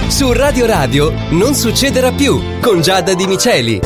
Su Radio Radio non succederà più con Giada Di Miceli.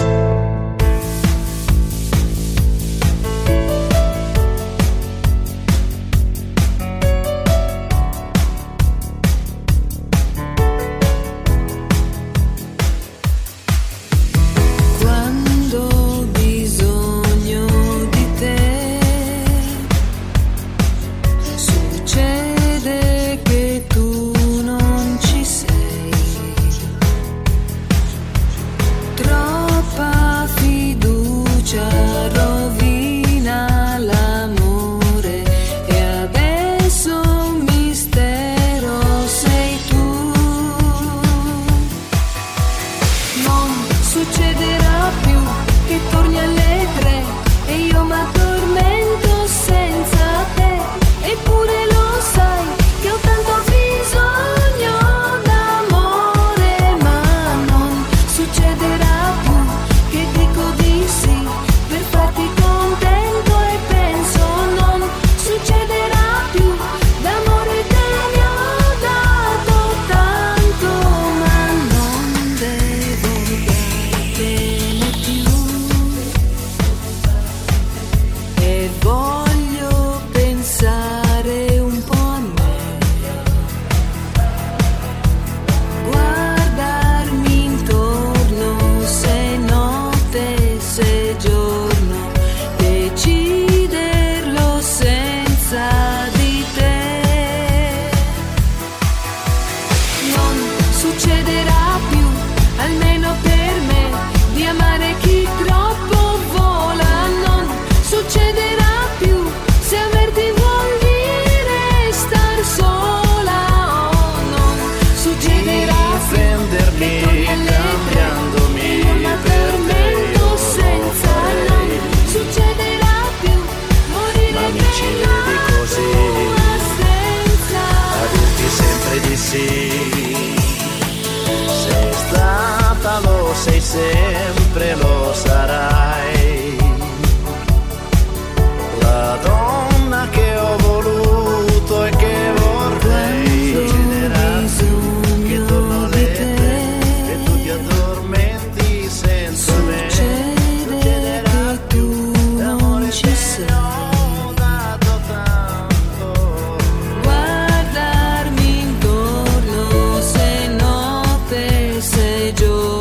Sempre lo sarai, la donna che ho voluto e che vorrei. Succederà che torno alle 3 e tu ti addormenti senza me. Succederà più l'amore che ho dato tanto. Guardarmi intorno se notte, se giorno.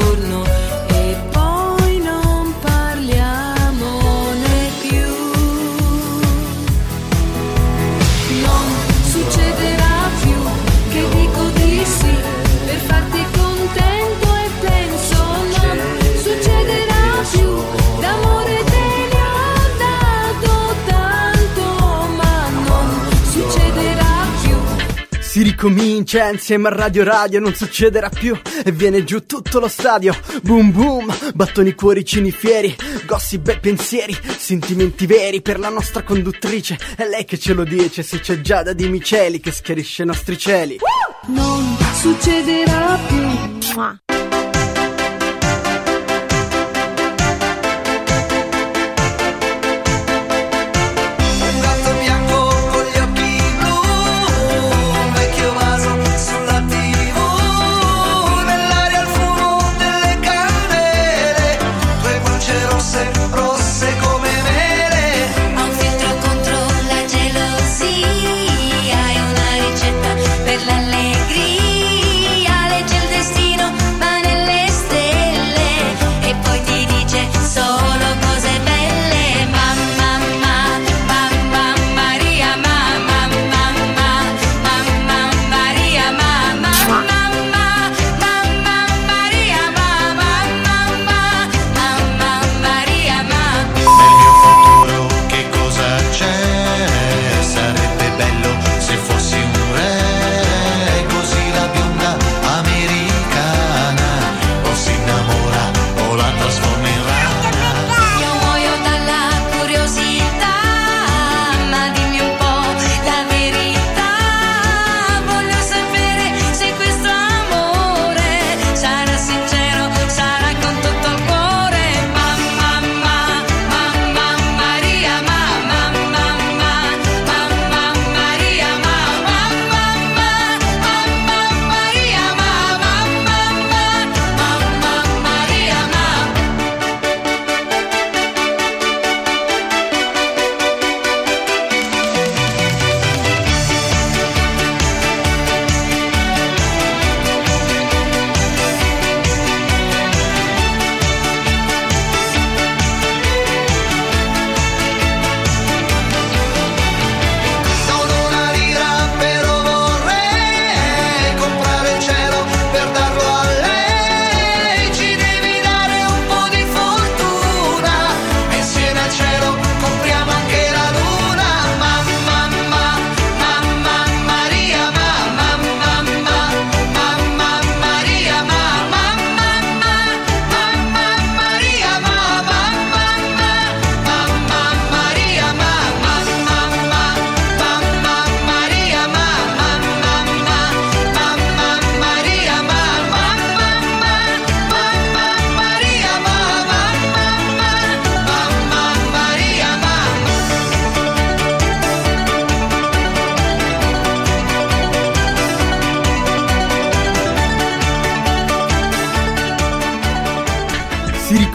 Si ricomincia insieme a Radio Radio, non succederà più e viene giù tutto lo stadio. Boom boom, battoni cuoricini fieri, gossip e pensieri, sentimenti veri per la nostra conduttrice. È lei che ce lo dice, sì, c'è Giada Di Miceli che schiarisce i nostri cieli. Non succederà più. Per l'allegria legge il destino.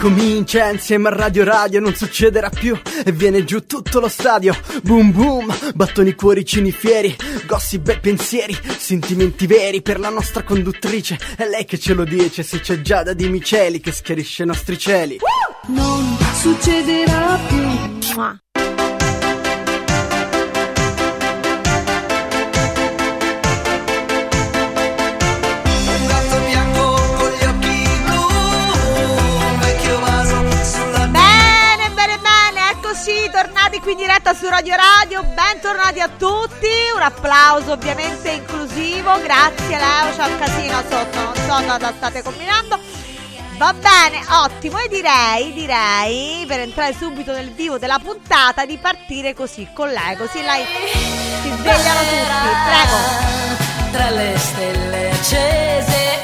ricomincia insieme a Radio Radio, non succederà più e viene giù tutto lo stadio. Boom boom, battoni, cuoricini fieri, gossip e pensieri, sentimenti veri per la nostra conduttrice. È lei che ce lo dice, se c'è Giada Di Miceli che schiarisce i nostri cieli. Non succederà più. Tornati qui in diretta su Radio Radio, bentornati a tutti, un applauso ovviamente inclusivo, grazie Leo, c'è un casino sotto, non so cosa state combinando, va bene, ottimo, e direi per entrare subito nel vivo della puntata di partire così con lei, così lei si svegliano tutti, prego. Tra le stelle accese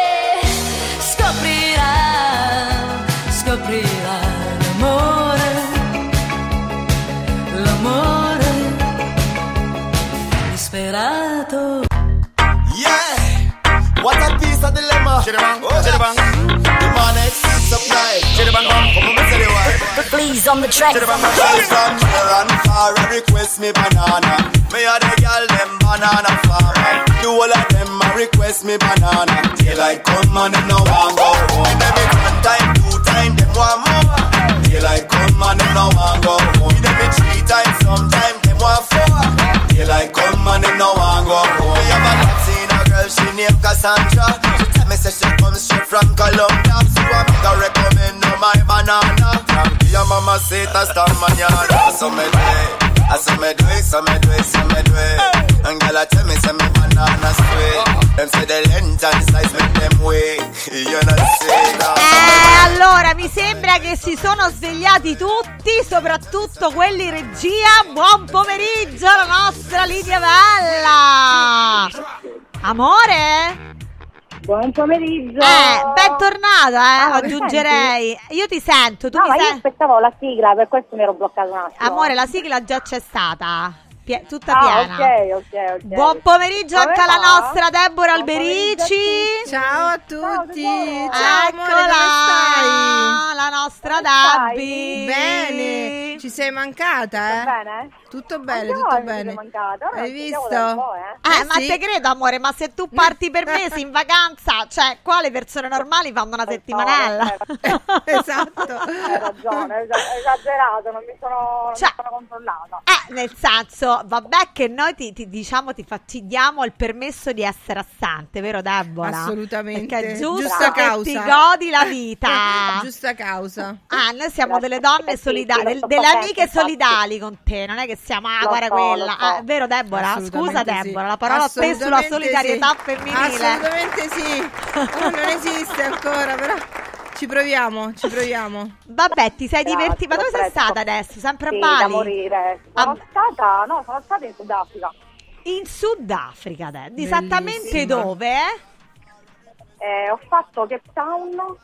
scoprirà l'amore disperato. Yeah, what a piece of dilemma. Chiribang, chiribang. The man is surprised. Chiribang, come on, say the word. Please on the track. Chiribang, from here and far, I request me banana. Me a the girl them banana farmer. The whole of them a request me banana. Daylight come and them no want go home. Every one time, 2 times, them want more. Daylight come and them no want go home. Every 3 times, sometimes them want 4. Daylight come and them no want go home. Me have a Latina girl, she named Cassandra. She tell me say she comes straight from Colombia. So I make her recommend no my banana. From your mama say hasta mañana. So me do it. And girl I tell me say me banana sweet. Them say the length and size make them way. You know say that. Allora mi sembra che si sono svegliati tutti, soprattutto quelli in regia. Buon pomeriggio alla nostra Lidia Bella. Amore? Buon pomeriggio. Bentornata, Ah, aggiungerei. Io ti sento, tu No, mi ma io senti? aspettavo la sigla, per questo mi ero bloccato un attimo. Amore, la sigla già c'è stata. Tutta piena. Ok. Buon pomeriggio Come anche alla va? nostra Deborah Buon pomeriggio a Alberici. Ciao a tutti. Ciao, Ciao amore, come La nostra Come stai? Dabby. stai? Bene. Ci sei mancata, Tutto bene? Tutto bene, Anche tutto voi mi bene. siete mancata. Ora Hai ci vediamo visto? da un po', Ma sì. te credo amore, ma se tu parti per mesi in vacanza, cioè qua le persone normali fanno una settimanella. Esatto. Hai ragione, hai esagerato, non mi sono controllata. Nel senso, vabbè che noi ti diamo il permesso di essere assente, vero Deborah? Assolutamente. Perché è giusto Giusta che causa. ti godi la vita. Giusta causa. Noi siamo delle donne Sì, solidali, lo sto delle facendo, amiche infatti. solidali con te, non è che siamo Lo guarda so, quella. lo so. Vero Deborah? Assolutamente Scusa sì. Deborah, la parola spesso sulla Assolutamente solidarietà sì. femminile. Assolutamente sì. Non esiste ancora, però ci proviamo. Vabbè, ti sei Grazie, divertita. Ma dove sei presto. stata adesso? Sempre a Sì, Bali? da morire. Sono stata in Sudafrica. In Sudafrica, esattamente Bellissima. dove? Ho fatto Cape Town,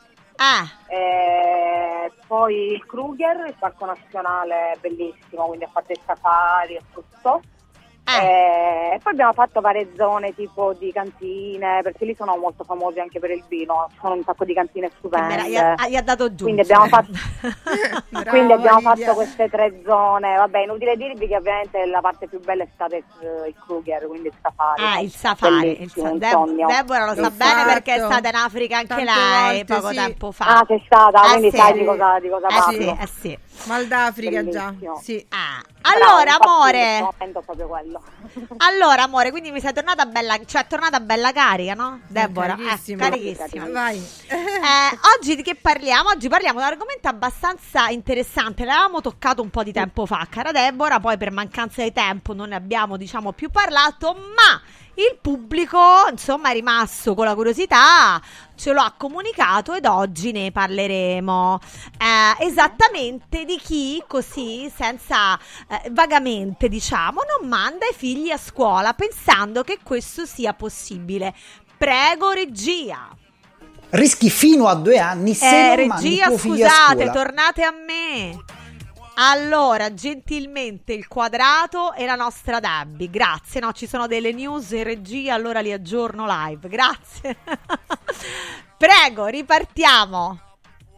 poi il Kruger, il parco nazionale bellissimo, quindi ho fatto i safari e tutto. E poi abbiamo fatto varie zone tipo di cantine, perché lì sono molto famosi anche per il vino, ci sono un sacco di cantine stupende. Gli ha dato giù. Quindi abbiamo fatto Brava, Quindi abbiamo Lidia. fatto queste 3 zone. Vabbè, inutile dirvi che ovviamente la parte più bella è stata il Kruger, quindi il safari. Il safari. Bellissimo, un sogno. Deborah lo sa L'ho bene fatto perché è stata in Africa anche tante lei volte, poco sì. tempo fa. Ah, sei stata, quindi sì. sai di cosa parlo. Sì. Mal d'Africa già. Bellissimo. Sì. Allora, Bravo, infatti, amore. in questo momento è proprio quello. Allora, amore, quindi mi sei tornata bella, cioè è tornata bella carica, no? Deborah, carichissima. carichissima. Vai. Oggi di che parliamo? Oggi parliamo di un argomento abbastanza interessante. L'avevamo toccato un po' di tempo fa, cara Deborah, poi per mancanza di tempo non ne abbiamo, più parlato, ma il pubblico, insomma, è rimasto con la curiosità, ce lo ha comunicato ed oggi ne parleremo. Esattamente di chi, così, senza vagamente, non manda i figli a scuola pensando che questo sia possibile. Prego, regia. Rischi fino a 2 anni se non mandi Regia, tuo figlio a scusate, scuola. tornate a me. Allora, gentilmente il quadrato e la nostra Dabby. Grazie, no, ci sono delle news in regia, allora li aggiorno live. Grazie. Prego, ripartiamo.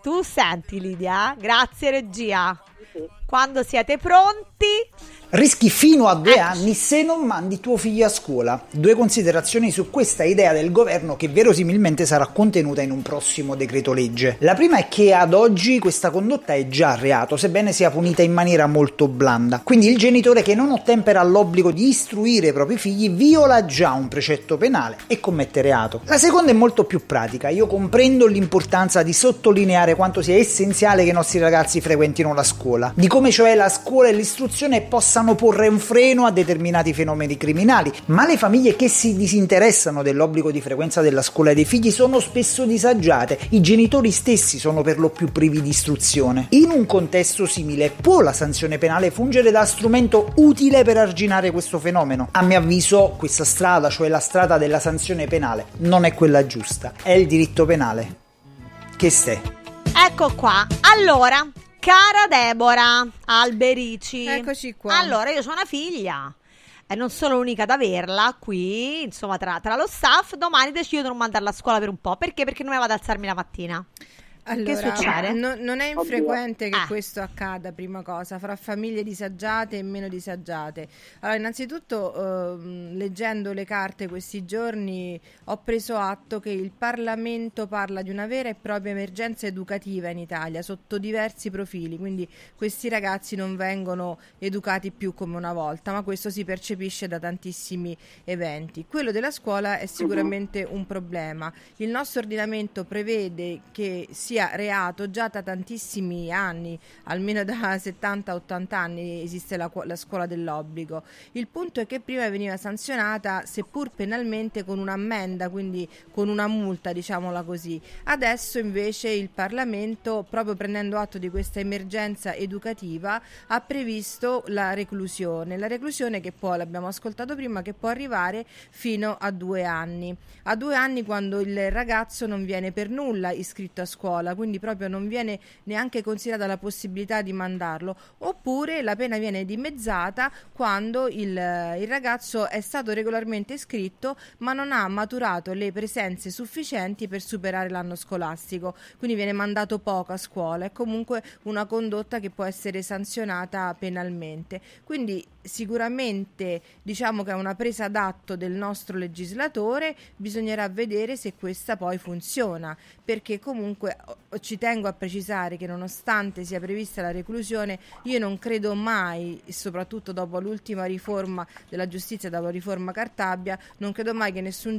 Tu senti, Lidia? Grazie regia. Quando siete pronti? Rischi fino a 2 anni se non mandi tuo figlio a scuola. 2 considerazioni su questa idea del governo che verosimilmente sarà contenuta in un prossimo decreto legge. La prima è che ad oggi questa condotta è già reato, sebbene sia punita in maniera molto blanda. Quindi il genitore che non ottempera all'obbligo di istruire i propri figli viola già un precetto penale e commette reato. La seconda è molto più pratica. Io comprendo l'importanza di sottolineare quanto sia essenziale che i nostri ragazzi frequentino la scuola, di come cioè la scuola e l'istruzione possano porre un freno a determinati fenomeni criminali, ma le famiglie che si disinteressano dell'obbligo di frequenza della scuola dei figli sono spesso disagiate, i genitori stessi sono per lo più privi di istruzione. In un contesto simile può la sanzione penale fungere da strumento utile per arginare questo fenomeno? A mio avviso questa strada, cioè la strada della sanzione penale, non è quella giusta, è il diritto penale. Che stai? Ecco qua, allora, cara Deborah Alberici. Eccoci qua. Allora, io ho una figlia e non sono l'unica ad averla qui, insomma, tra lo staff. Domani decido di non mandarla a scuola per un po'. Perché? Perché non mi vado ad alzarmi la mattina. Allora, che succede? Non è infrequente che questo accada, prima cosa, fra famiglie disagiate e meno disagiate. Allora, innanzitutto, leggendo le carte questi giorni, ho preso atto che il Parlamento parla di una vera e propria emergenza educativa in Italia, sotto diversi profili, quindi questi ragazzi non vengono educati più come una volta, ma questo si percepisce da tantissimi eventi. Quello della scuola è sicuramente un problema. Il nostro ordinamento prevede che sia reato già da tantissimi anni, almeno da 70-80 anni esiste la scuola dell'obbligo. Il punto è che prima veniva sanzionata, seppur penalmente, con un'ammenda, quindi con una multa, diciamola così. Adesso invece il Parlamento, proprio prendendo atto di questa emergenza educativa, ha previsto la reclusione che poi, l'abbiamo ascoltato prima, che può arrivare fino a 2 anni. A 2 anni quando il ragazzo non viene per nulla iscritto a scuola, quindi proprio non viene neanche considerata la possibilità di mandarlo, oppure la pena viene dimezzata quando il ragazzo è stato regolarmente iscritto ma non ha maturato le presenze sufficienti per superare l'anno scolastico, quindi viene mandato poco a scuola. È comunque una condotta che può essere sanzionata penalmente, quindi sicuramente diciamo che è una presa d'atto del nostro legislatore. Bisognerà vedere se questa poi funziona, perché comunque ci tengo a precisare che nonostante sia prevista la reclusione, io non credo mai, soprattutto dopo l'ultima riforma della giustizia, dopo la riforma Cartabia, non credo mai che nessun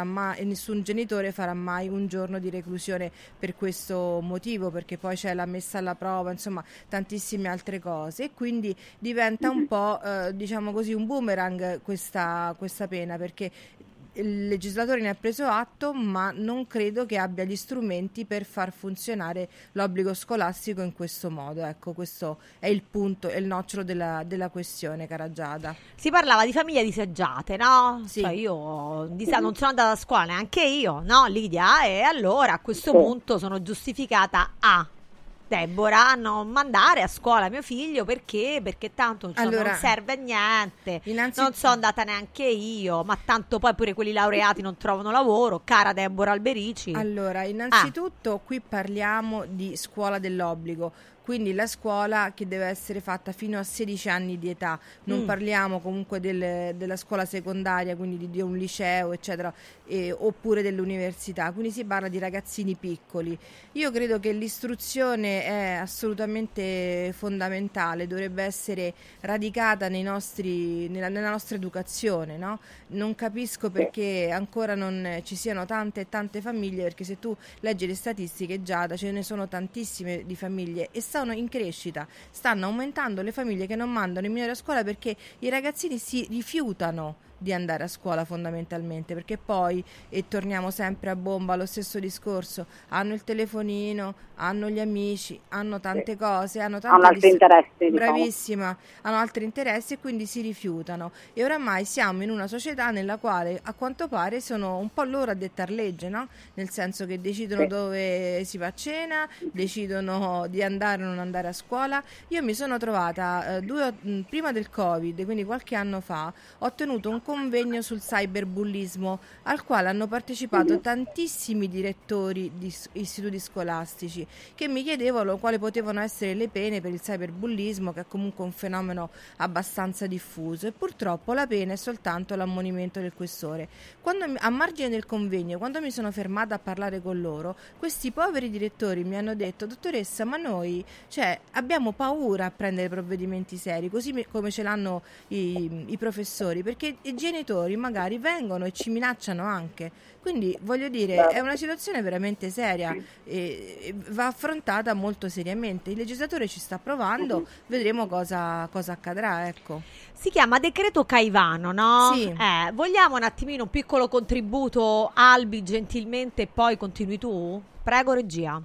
genitore farà mai un giorno di reclusione per questo motivo, perché poi c'è la messa alla prova, insomma tantissime altre cose, e quindi diventa un po' diciamo così un boomerang questa pena, perché il legislatore ne ha preso atto, ma non credo che abbia gli strumenti per far funzionare l'obbligo scolastico in questo modo. Ecco, questo è il punto, è il nocciolo della questione, cara Giada. Si parlava di famiglie disagiate, no? Sì. Cioè io non sono andata a scuola neanche io, no, Lidia? E allora a questo punto sono giustificata a Deborah non mandare a scuola mio figlio perché tanto non serve a niente, non sono andata neanche io, ma tanto poi pure quelli laureati non trovano lavoro, cara Deborah Alberici. Allora, innanzitutto qui parliamo di scuola dell'obbligo, quindi la scuola che deve essere fatta fino a 16 anni di età, non parliamo comunque della scuola secondaria, quindi di un liceo eccetera, oppure dell'università, quindi si parla di ragazzini piccoli. Io credo che l'istruzione è assolutamente fondamentale, dovrebbe essere radicata nella nostra educazione, no? Non capisco perché ancora non ci siano tante e tante famiglie, perché se tu leggi le statistiche, Giada, ce ne sono tantissime di famiglie e sono in crescita, stanno aumentando le famiglie che non mandano i minori a scuola perché i ragazzini si rifiutano di andare a scuola, fondamentalmente, perché poi, e torniamo sempre a bomba allo stesso discorso, hanno il telefonino, hanno gli amici, hanno tante cose, hanno altri interessi, bravissima, hanno altri interessi e quindi si rifiutano, e oramai siamo in una società nella quale a quanto pare sono un po' loro a dettar legge, no? Nel senso che decidono dove si va a cena, decidono di andare o non andare a scuola. Io mi sono trovata prima del Covid, quindi qualche anno fa, ho tenuto un convegno sul cyberbullismo al quale hanno partecipato tantissimi direttori di istituti scolastici che mi chiedevano quali potevano essere le pene per il cyberbullismo, che è comunque un fenomeno abbastanza diffuso, e purtroppo la pena è soltanto l'ammonimento del questore. A margine del convegno, quando mi sono fermata a parlare con loro, questi poveri direttori mi hanno detto: dottoressa, ma noi abbiamo paura a prendere provvedimenti seri, così come ce l'hanno i professori, perché i genitori magari vengono e ci minacciano anche. Quindi voglio dire, è una situazione veramente seria e va affrontata molto seriamente. Il legislatore ci sta provando, vedremo cosa accadrà, ecco. Si chiama decreto Caivano, no? Sì. Vogliamo un attimino un piccolo contributo, Albi, gentilmente, e poi continui tu? Prego, regia.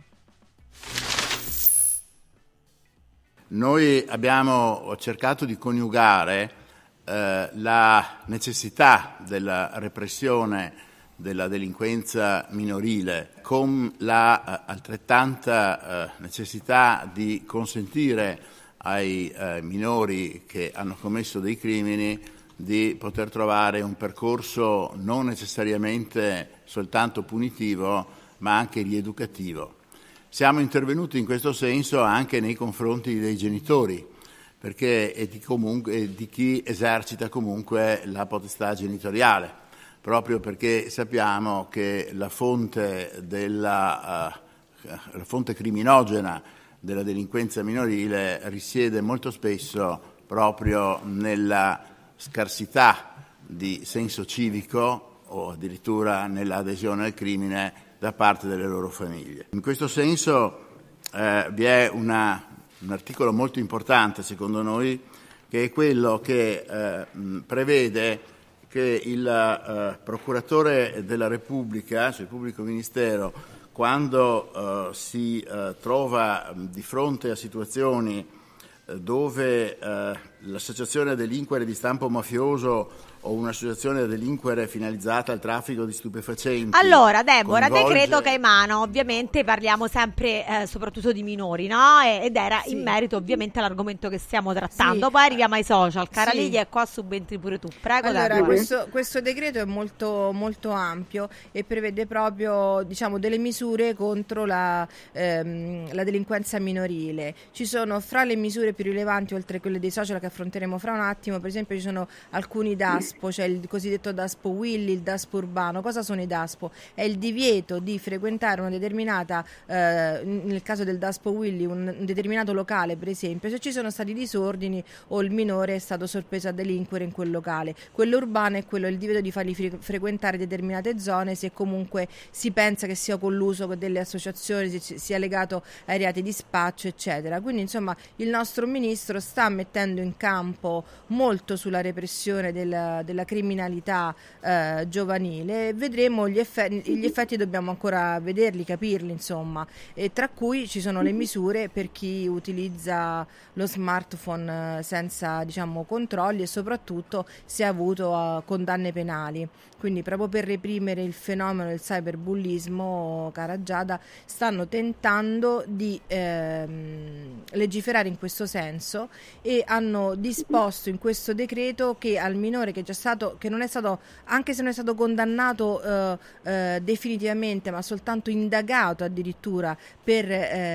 Noi abbiamo cercato di coniugare la necessità della repressione della delinquenza minorile con la altrettanta necessità di consentire ai minori che hanno commesso dei crimini di poter trovare un percorso non necessariamente soltanto punitivo, ma anche rieducativo. Siamo intervenuti in questo senso anche nei confronti dei genitori, perché è di chi esercita comunque la potestà genitoriale, proprio perché sappiamo che la fonte criminogena della delinquenza minorile risiede molto spesso proprio nella scarsità di senso civico o addirittura nell'adesione al crimine da parte delle loro famiglie. In questo senso vi è un articolo molto importante, secondo noi, che è quello che prevede che il procuratore della Repubblica, cioè il pubblico ministero, quando si trova di fronte a situazioni dove l'associazione a delinquere di stampo mafioso o un'associazione a delinquere finalizzata al traffico di stupefacenti. Allora, Deborah, decreto Caivano, ovviamente parliamo sempre soprattutto di minori, no? Ed era in merito ovviamente all'argomento che stiamo trattando. Poi arriviamo ai social. Cara Lidia, e qua subentri pure tu. Prego, allora, questo decreto è molto, molto ampio e prevede proprio, delle misure contro la delinquenza minorile. Ci sono fra le misure più rilevanti, oltre a quelle dei social che affronteremo fra un attimo, per esempio ci sono alcuni DASPO, c'è il cosiddetto DASPO Willy, il DASPO urbano. Cosa sono i DASPO? È il divieto di frequentare una determinata, nel caso del DASPO Willy, un determinato locale, per esempio, se ci sono stati disordini o il minore è stato sorpreso a delinquere in quel locale. Quello urbano è il divieto di fargli frequentare determinate zone se comunque si pensa che sia colluso con delle associazioni, se sia legato ai reati di spaccio, eccetera. Quindi, insomma, il nostro ministro sta mettendo in campo molto sulla repressione della criminalità giovanile. Vedremo gli effetti, dobbiamo ancora vederli, capirli, insomma, e tra cui ci sono le misure per chi utilizza lo smartphone senza controlli e soprattutto se ha avuto condanne penali. Quindi proprio per reprimere il fenomeno del cyberbullismo, cara Giada, stanno tentando di legiferare in questo senso e hanno disposto in questo decreto che al minore che non è stato, anche se non è stato condannato definitivamente, ma soltanto indagato addirittura per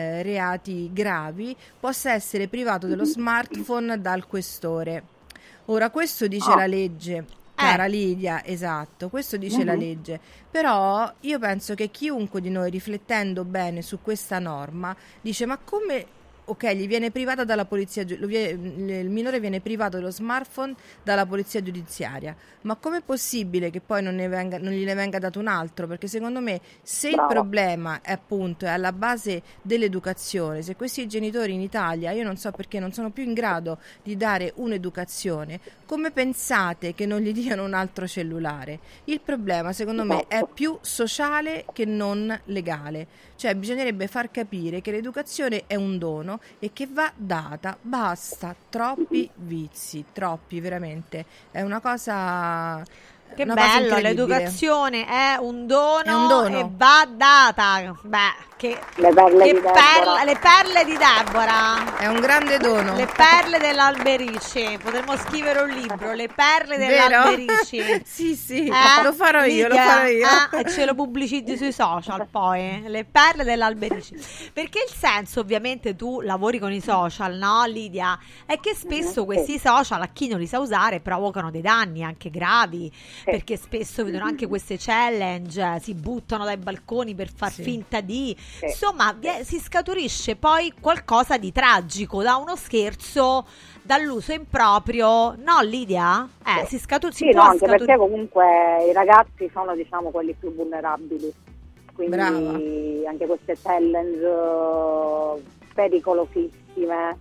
reati gravi, possa essere privato dello smartphone dal questore. Ora, questo dice la legge. Cara Lidia, esatto, questo dice la legge, però io penso che chiunque di noi, riflettendo bene su questa norma, dice: ma come... Ok, gli viene privata dalla polizia, il minore viene privato dello smartphone dalla polizia giudiziaria, ma com'è possibile che poi non gliene venga dato un altro? Perché secondo me, se il problema è appunto è alla base dell'educazione, se questi genitori in Italia, io non so perché non sono più in grado di dare un'educazione, come pensate che non gli diano un altro cellulare? Il problema secondo me è più sociale che non legale, cioè bisognerebbe far capire che l'educazione è un dono e che va data, basta, troppi vizi, troppi veramente, è una cosa Che una cosa bello, incredibile. l'educazione è un dono, È un dono. e va data. Beh, Le perle di Deborah. le perle di Deborah. È un grande dono. Le perle dell'Alberici. Potremmo scrivere un libro, le perle Vero? dell'Alberici. Sì, lo farò io, E ce lo pubblicizzi sui social poi, le perle dell'Alberici. Perché il senso, ovviamente, tu lavori con i social, no Lidia? È che spesso questi social, a chi non li sa usare, provocano dei danni anche gravi, perché spesso vedono anche queste challenge, si buttano dai balconi per far finta di... Insomma, si scaturisce poi qualcosa di tragico da uno scherzo, dall'uso improprio, no Lidia? Si Sì, no, anche perché comunque i ragazzi sono, diciamo, quelli più vulnerabili, quindi Brava. anche queste challenge pericolosissime,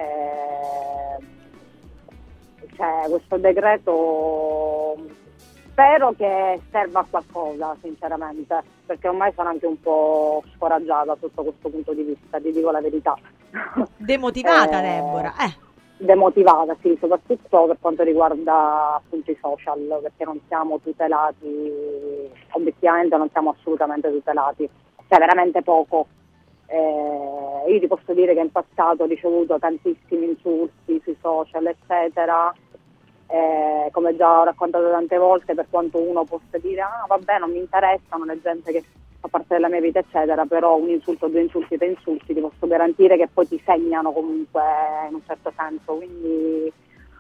cioè questo decreto spero che serva a qualcosa, sinceramente, perché ormai sono anche un po' scoraggiata sotto questo punto di vista, ti dico la verità. Demotivata Deborah, Demotivata, sì, soprattutto per quanto riguarda appunto i social, perché non siamo tutelati, obiettivamente non siamo assolutamente tutelati, cioè veramente poco. Io ti posso dire che in passato ho ricevuto tantissimi insulti sui social, eccetera, come già ho raccontato tante volte, per quanto uno possa dire vabbè, non mi interessa, non è gente che fa parte della mia vita, eccetera, però un insulto, due insulti, tre insulti ti posso garantire che poi ti segnano comunque in un certo senso, quindi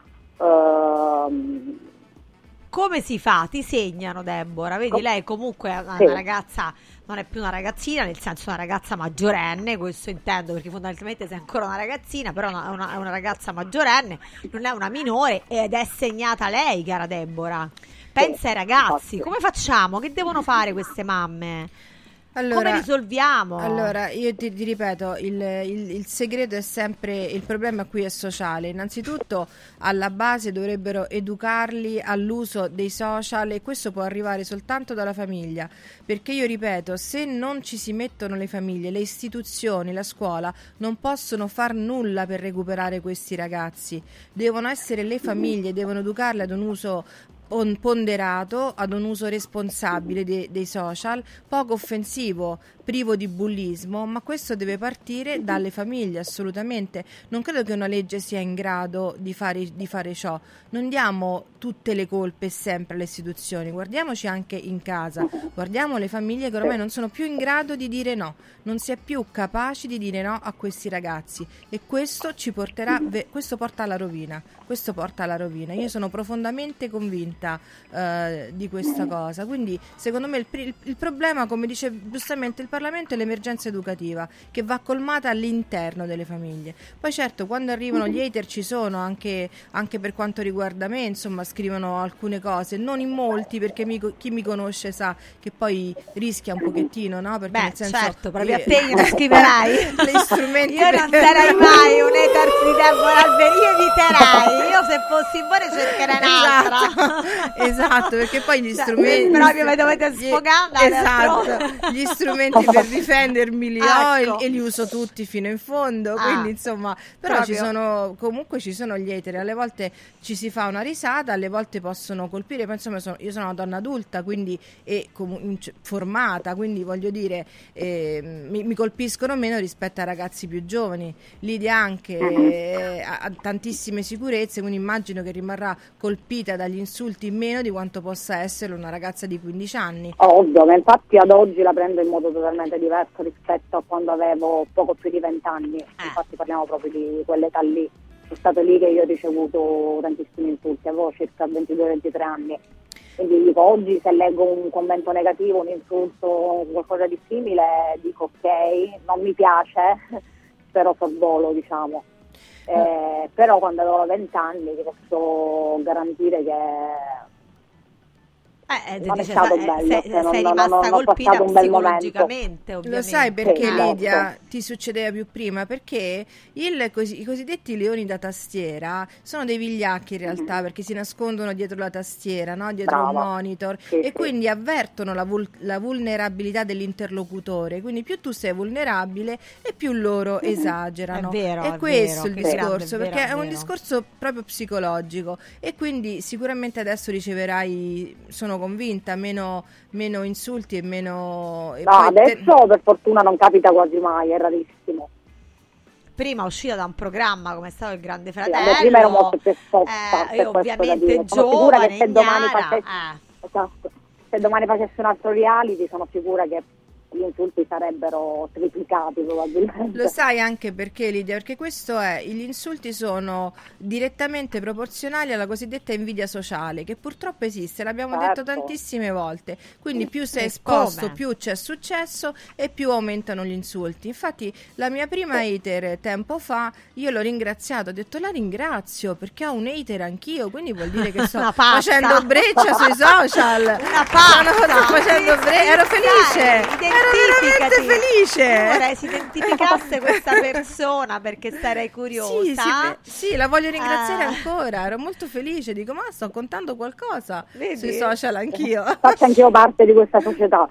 come si fa? Ti segnano, Deborah, vedi, lei comunque è una ragazza, non è più una ragazzina, nel senso una ragazza maggiorenne, questo intendo, perché fondamentalmente sei ancora una ragazzina, però è una ragazza maggiorenne, non è una minore, ed è segnata lei, cara Deborah. Pensa ai ragazzi, come facciamo? Che devono fare queste mamme? Come risolviamo? Allora, io ti ripeto, il segreto è sempre, il problema qui è sociale. Innanzitutto, alla base dovrebbero educarli all'uso dei social, e questo può arrivare soltanto dalla famiglia, perché io ripeto, se non ci si mettono le famiglie, le istituzioni, la scuola non possono far nulla per recuperare questi ragazzi. Devono essere le famiglie, devono educarli ad un uso ponderato, ad un uso responsabile dei social, poco offensivo, privo di bullismo, ma questo deve partire dalle famiglie, assolutamente. Non credo che una legge sia in grado di fare ciò. Non diamo tutte le colpe sempre alle istituzioni, guardiamoci anche in casa, guardiamo le famiglie che ormai non sono più in grado di dire no, non si è più capaci di dire no a questi ragazzi, e questo ci porterà, questo porta alla rovina. Io sono profondamente convinta di questa cosa, quindi secondo me il problema, come dice giustamente il Parlamento, è l'emergenza educativa, che va colmata all'interno delle famiglie. Poi certo, quando arrivano gli hater ci sono anche per quanto riguarda me, insomma, scrivono alcune cose, non in molti, perché chi mi conosce sa che poi rischia un pochettino, no? Perché nel senso, certo, proprio a te glielo scriverai. Gli strumenti, io non sarei mai un hater di Deborah Alberi, io eviterei. Io se fossi buona cercherei un'altra. Esatto, perché poi gli strumenti proprio mi dovete sfogare. Esatto, gli strumenti per difendermi li ho e li uso tutti fino in fondo, quindi insomma, però proprio. Ci sono gli hater, alle volte ci si fa una risata, alle volte possono colpire, poi insomma io sono una donna adulta, quindi formata, quindi voglio dire, mi colpiscono meno rispetto a ragazzi più giovani. Lidia anche ha tantissime sicurezze, quindi immagino che rimarrà colpita dagli insulti meno di quanto possa essere una ragazza di 15 anni. Ovvio, ma infatti ad oggi la prendo in modo totalmente diverso rispetto a quando avevo poco più di 20 anni. Infatti parliamo proprio di quell'età lì. È stato lì che io ho ricevuto tantissimi insulti, avevo circa 22-23 anni. Quindi dico, oggi se leggo un commento negativo, un insulto, qualcosa di simile, dico ok, non mi piace, però sorvolo, diciamo. Però quando avevo 20 anni ti posso garantire che non è stato bello, sei rimasta colpita psicologicamente, ovviamente. Lo sai perché, Sì, Lidia, esatto. ti succedeva più prima? Perché i cosiddetti leoni da tastiera sono dei vigliacchi in realtà, perché si nascondono dietro la tastiera, no? Dietro un Brava. monitor, Sì, e sì. quindi avvertono la vulnerabilità dell'interlocutore. Quindi più tu sei vulnerabile e più loro esagerano. È vero, è è questo vero, il che grande, discorso, è vero, perché è è un vero. discorso proprio psicologico, e quindi sicuramente adesso riceverai, sono convinta, meno insulti e meno... e No, poi adesso per fortuna non capita quasi mai, è rarissimo. Prima uscita da un programma come è stato il Grande Sì, Fratello, vabbè, prima ero molto più esposta, e per questo da ovviamente dire. Sono sicura giovane, che se domani ignara, facessi, esatto, se domani facessi un altro reality, sono sicura che gli insulti sarebbero triplicati probabilmente. Lo sai anche perché, Lidia? Perché gli insulti sono direttamente proporzionali alla cosiddetta invidia sociale, che purtroppo esiste, l'abbiamo detto tantissime volte. Quindi più sei esposto, come? più c'è successo e più aumentano gli insulti. Infatti la mia prima hater tempo fa, io l'ho ringraziato, ho detto la ringrazio perché ho un hater anch'io, quindi vuol dire che sto Una pazza. facendo breccia sui social. Una pazza. Sto facendo ero felice. Ero veramente felice. Vorrei si identificasse questa persona perché sarei curiosa. Sì, la voglio ringraziare ancora. Ero molto felice. Dico, ma sto contando qualcosa sui social anch'io. Faccio anch'io parte di questa società.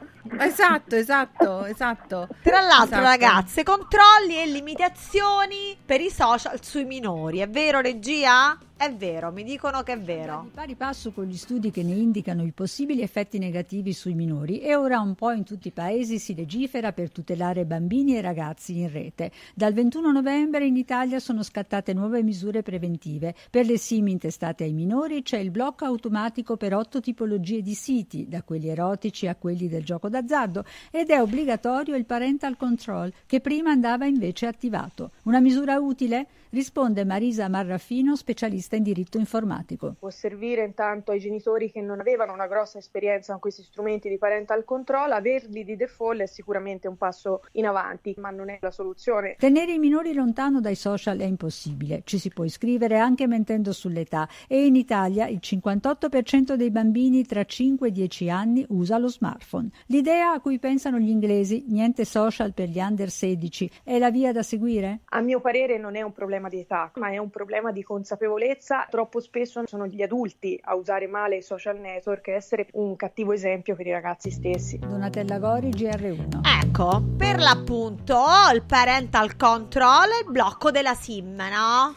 Esatto. Tra l'altro, Esatto. ragazze, controlli e limitazioni per i social sui minori. È vero, regia? È vero, mi dicono che è vero. Di pari passo con gli studi che ne indicano i possibili effetti negativi sui minori, e ora un po' in tutti i paesi si legifera per tutelare bambini e ragazzi in rete. Dal 21 novembre in Italia sono scattate nuove misure preventive. Per le SIM intestate ai minori c'è il blocco automatico per 8 tipologie di siti, da quelli erotici a quelli del gioco d'azzardo, ed è obbligatorio il parental control, che prima andava invece attivato. Una misura utile? Risponde Marisa Marraffino, specialista in diritto informatico. Può servire intanto ai genitori che non avevano una grossa esperienza con questi strumenti di parental control. Averli di default è sicuramente un passo in avanti, ma non è la soluzione. Tenere i minori lontano dai social è impossibile. Ci si può iscrivere anche mentendo sull'età, e in Italia il 58% dei bambini tra 5 e 10 anni usa lo smartphone. L'idea a cui pensano gli inglesi, niente social per gli under 16, è la via da seguire? A mio parere non è un problema di età, ma è un problema di consapevolezza. Troppo spesso sono gli adulti a usare male i social network e essere un cattivo esempio per i ragazzi stessi. Donatella Gori, GR1. Ecco, per l'appunto il parental control e il blocco della SIM, no?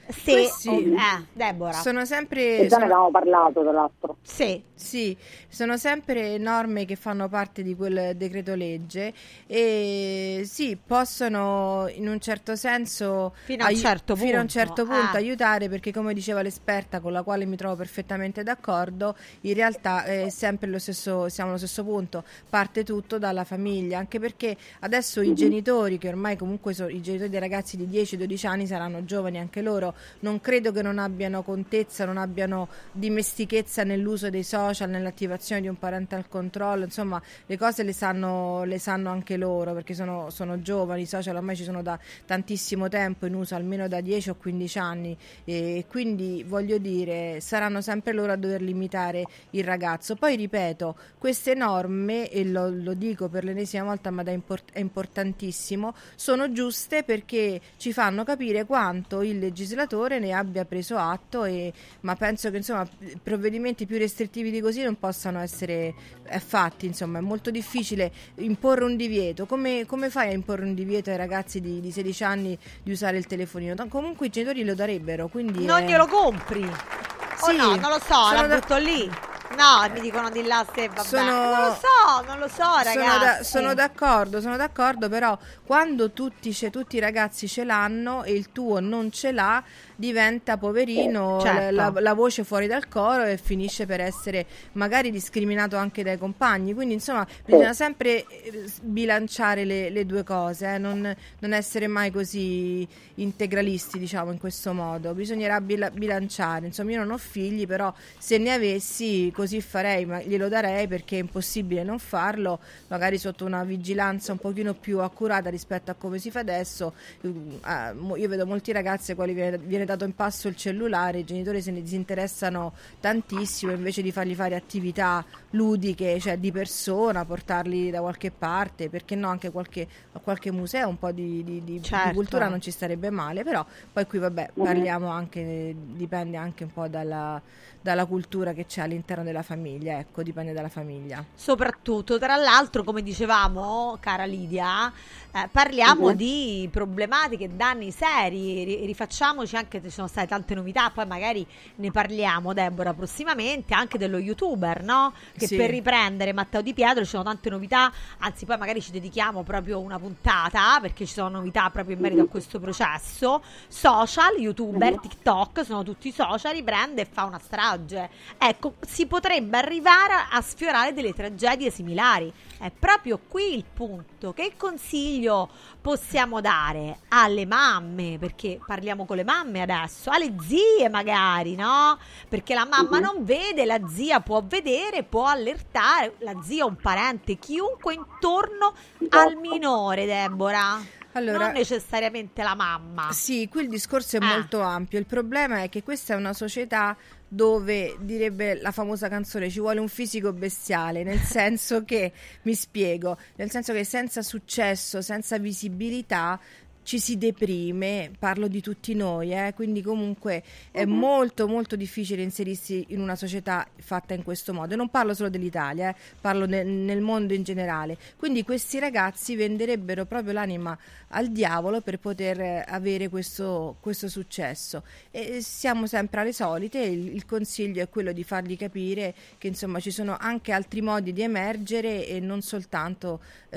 Deborah. Sono sempre... Già ne avevamo parlato, tra l'altro. Sì, sono sempre norme che fanno parte di quel decreto legge, e sì, possono in un certo senso fino a un certo punto aiutare, perché come diceva l'esperta, con la quale mi trovo perfettamente d'accordo, in realtà è sempre siamo allo stesso punto, parte tutto dalla famiglia, anche perché adesso i genitori, che ormai comunque sono i genitori dei ragazzi di 10-12 anni, saranno giovani anche loro, non credo che non abbiano contezza, non abbiano dimestichezza nell'uso dei social, nell'attivazione di un parental control, insomma le cose le sanno anche loro, perché sono giovani. I social ormai ci sono da tantissimo tempo in uso, almeno da 10 o 15 anni, e quindi voglio dire saranno sempre loro a dover limitare il ragazzo. Poi ripeto, queste norme, e lo dico per l'ennesima volta, ma è importantissimo, sono giuste perché ci fanno capire quanto il legislatore ne abbia preso atto, ma penso che insomma provvedimenti più restrittivi di così non possano essere fatti. Insomma, è molto difficile imporre un divieto. Come fai a imporre un divieto ai ragazzi di 16 anni di usare il telefonino? Comunque i genitori lo darebbero, quindi non glielo compri. Sì, no, non lo so, la butto lì. No, mi dicono di là se vabbè. Non lo so, ragazzi. Sono d'accordo, però quando tutti i ragazzi ce l'hanno e il tuo non ce l'ha, diventa poverino, certo. la voce fuori dal coro, e finisce per essere magari discriminato anche dai compagni. Quindi insomma bisogna sempre bilanciare le due cose, non essere mai così integralisti, diciamo, in questo modo. Bisognerà bilanciare. Insomma, io non ho figli, però se ne avessi così farei, ma glielo darei, perché è impossibile non farlo, magari sotto una vigilanza un pochino più accurata rispetto a come si fa adesso. Io vedo molti ragazzi ai quali viene dato in pasto il cellulare, i genitori se ne disinteressano tantissimo, invece di fargli fare attività ludiche, cioè di persona, portarli da qualche parte, perché no, anche a qualche museo, un po' di cultura non ci starebbe male. Però poi qui parliamo anche, dipende anche un po' dalla cultura che c'è all'interno della famiglia, ecco, dipende dalla famiglia. Soprattutto, tra l'altro, come dicevamo, cara Lidia, parliamo di problematiche, danni seri, rifacciamoci anche, ci sono state tante novità, poi magari ne parliamo, Deborah, prossimamente, anche dello youtuber, no? Che per riprendere Matteo Di Pietro ci sono tante novità, anzi poi magari ci dedichiamo proprio una puntata, perché ci sono novità proprio in merito a questo processo. Social, youtuber, TikTok, sono tutti social, riprende e fa una strage. Ecco, si potrebbe arrivare a sfiorare delle tragedie similari. È proprio qui il punto. Che consiglio possiamo dare alle mamme, perché parliamo con le mamme adesso, alle zie magari, no? Perché la mamma non vede, la zia può vedere, può allertare, la zia, un parente, chiunque intorno al minore, Deborah. Allora, non necessariamente la mamma. Sì, qui il discorso è molto ampio. Il problema è che questa è una società dove, direbbe la famosa canzone, ci vuole un fisico bestiale, nel senso che, mi spiego, nel senso che senza successo, senza visibilità ci si deprime, parlo di tutti noi, quindi comunque è molto molto difficile inserirsi in una società fatta in questo modo, e non parlo solo dell'Italia, parlo nel mondo in generale. Quindi questi ragazzi venderebbero proprio l'anima al diavolo per poter avere questo successo, e siamo sempre alle solite. Il consiglio è quello di fargli capire che insomma ci sono anche altri modi di emergere, e non soltanto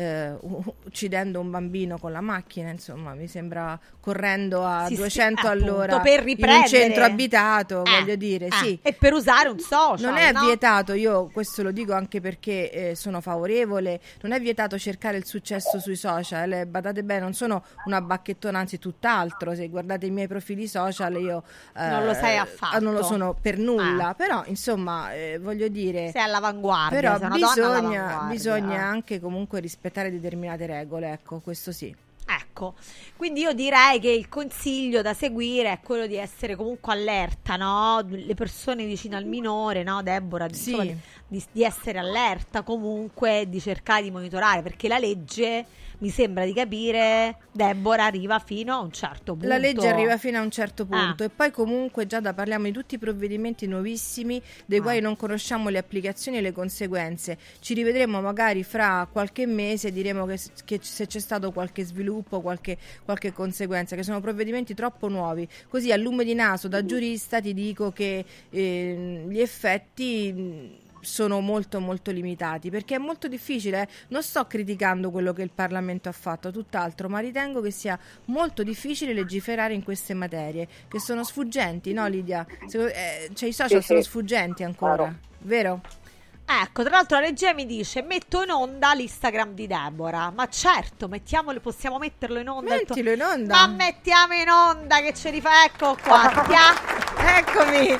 uccidendo un bambino con la macchina, insomma, mi sembra, correndo a 200 all'ora per in un centro abitato, voglio dire, sì. E per usare un social, non è vietato, io questo lo dico anche perché sono favorevole, non è vietato cercare il successo sui social, badate bene, non sono una bacchettona, anzi tutt'altro. Se guardate i miei profili social, io non lo sei affatto, non lo sono per nulla, però insomma voglio dire, sei all'avanguardia, però bisogna anche comunque rispettare determinate regole, ecco, questo sì. Ecco, quindi io direi che il consiglio da seguire è quello di essere comunque allerta, no? Le persone vicino al minore, no, Deborah? Insomma, di essere allerta comunque, di cercare di monitorare, perché la legge, mi sembra di capire, Deborah, arriva fino a un certo punto. La legge arriva fino a un certo punto, e poi comunque già parliamo di tutti i provvedimenti nuovissimi dei quali non conosciamo le applicazioni e le conseguenze. Ci rivedremo magari fra qualche mese, diremo che se c'è stato qualche sviluppo, qualche conseguenza, che sono provvedimenti troppo nuovi. Così a lume di naso da giurista ti dico che gli effetti sono molto molto limitati, perché è molto difficile, non sto criticando quello che il Parlamento ha fatto, tutt'altro, ma ritengo che sia molto difficile legiferare in queste materie che sono sfuggenti, no Lidia? Cioè i social sono sfuggenti ancora, vero? Ecco, tra l'altro la regia mi dice: metto in onda l'Instagram di Deborah. Ma certo, possiamo metterlo in onda. Mettilo in onda. Ma mettiamo in onda, che ce li fa. Ecco qua. Eccomi.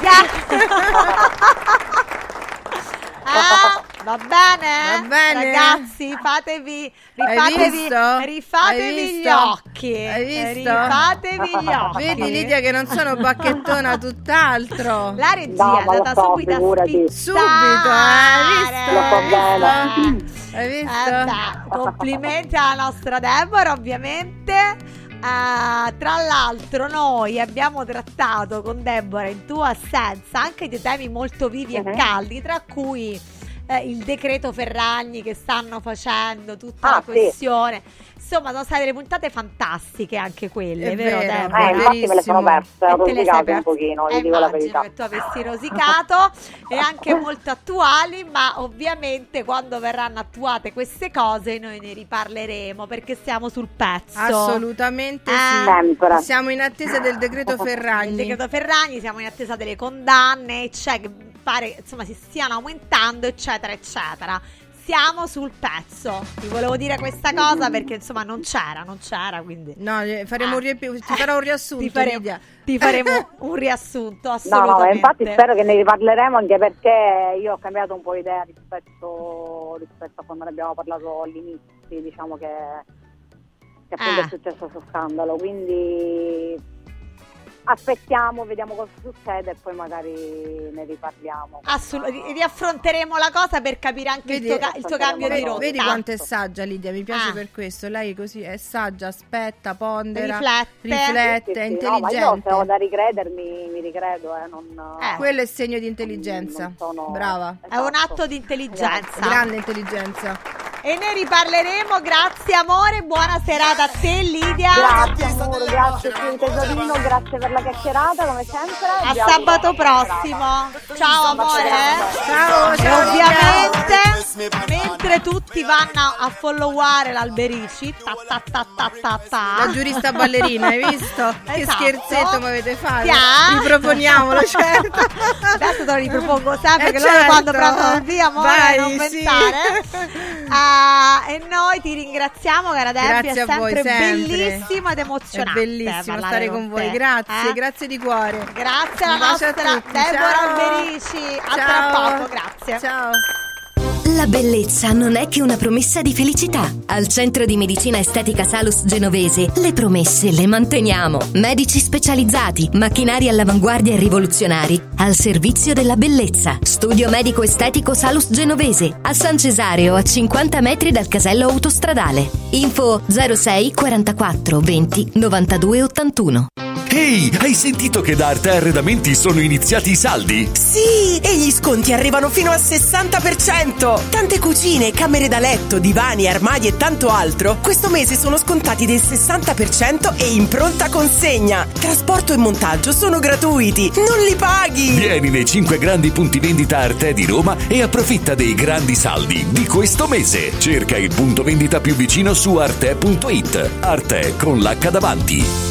Va bene? Ragazzi, rifatevi gli occhi. Hai visto? Rifatevi gli occhi. Vedi Lidia che non sono bacchettona, tutt'altro. La regia è andata subito a Hai visto? Complimenti alla nostra Deborah, ovviamente. Tra l'altro noi abbiamo trattato con Deborah, in tua assenza, anche di temi molto vivi e caldi, tra cui il decreto Ferragni che stanno facendo, tutta la questione. Insomma, sono state delle puntate fantastiche anche quelle, vero Deborah? Infatti me le sono perse, ho rosicato un pochino, vi dico la verità. Che tu avessi rosicato, e anche molto attuali, ma ovviamente quando verranno attuate queste cose noi ne riparleremo, perché siamo sul pezzo. Assolutamente sì. Siamo in attesa del decreto Ferragni. Il decreto Ferragni, siamo in attesa delle condanne, che pare insomma si stiano aumentando, eccetera eccetera. siamo sul pezzo. Ti volevo dire questa cosa perché insomma non c'era, quindi no, faremo ti farò un riassunto. Ti faremo un riassunto, No, assolutamente. infatti spero che ne riparleremo, anche perché io ho cambiato un po' idea rispetto a quando ne abbiamo parlato all'inizio, diciamo che appunto è successo questo scandalo, quindi aspettiamo, vediamo cosa succede e poi magari ne riparliamo. Riaffronteremo la cosa per capire anche il tuo cambio di rotta. Vedi quanto è saggia Lidia, mi piace per questo. Lei così è saggia, aspetta, pondera, riflette, è intelligente. No, ma io se ho da ricredermi mi ricredo, quello è segno di intelligenza. Brava. È un atto di intelligenza. Grande intelligenza. E ne riparleremo. Grazie amore, buona serata a te Lidia. Grazie amore, grazie tesorino, grazie per la chiacchierata come sempre. A sabato prossimo. Ciao amore. Ciao. E ovviamente mentre tutti vanno a followare l'Alberici, la giurista ballerina, hai visto? Che Esatto. scherzetto mi avete fatto? Riproponiamolo, certo. Adesso te lo ripropongo sempre, che certo. loro quando prendono via amore non sì. pensare. E noi ti ringraziamo, cara Debbie, Grazie è a voi, sempre sempre. bellissimo ed emozionante. È bellissimo stare con voi, grazie di cuore. Grazie alla Un bacio nostra a tutti. Deborah Ciao. Alberici. A tra Ciao. poco, grazie. Ciao. La bellezza non è che una promessa di felicità. Al Centro di Medicina Estetica Salus Genovese le promesse le manteniamo. Medici specializzati, macchinari all'avanguardia e rivoluzionari al servizio della bellezza. Studio medico estetico Salus Genovese a San Cesareo, a 50 metri dal casello autostradale. Info 06 44 20 92 81. Ehi, hai sentito che da Arte Arredamenti sono iniziati i saldi? Sì, e gli sconti arrivano fino al 60%. Tante cucine, camere da letto, divani, armadi e tanto altro questo mese sono scontati del 60% e in pronta consegna. Trasporto e montaggio sono gratuiti, non li paghi. Vieni nei 5 grandi punti vendita Arte di Roma e approfitta dei grandi saldi di questo mese. Cerca il punto vendita più vicino su arte.it. Arte con l'H davanti.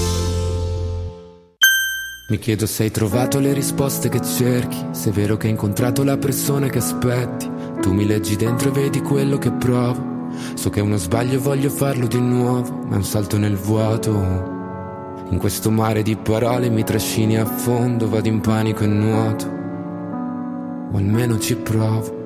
Mi chiedo se hai trovato le risposte che cerchi, se è vero che hai incontrato la persona che aspetti. Tu mi leggi dentro e vedi quello che provo. So che è uno sbaglio e voglio farlo di nuovo, ma è un salto nel vuoto. In questo mare di parole mi trascini a fondo, vado in panico e nuoto, o almeno ci provo.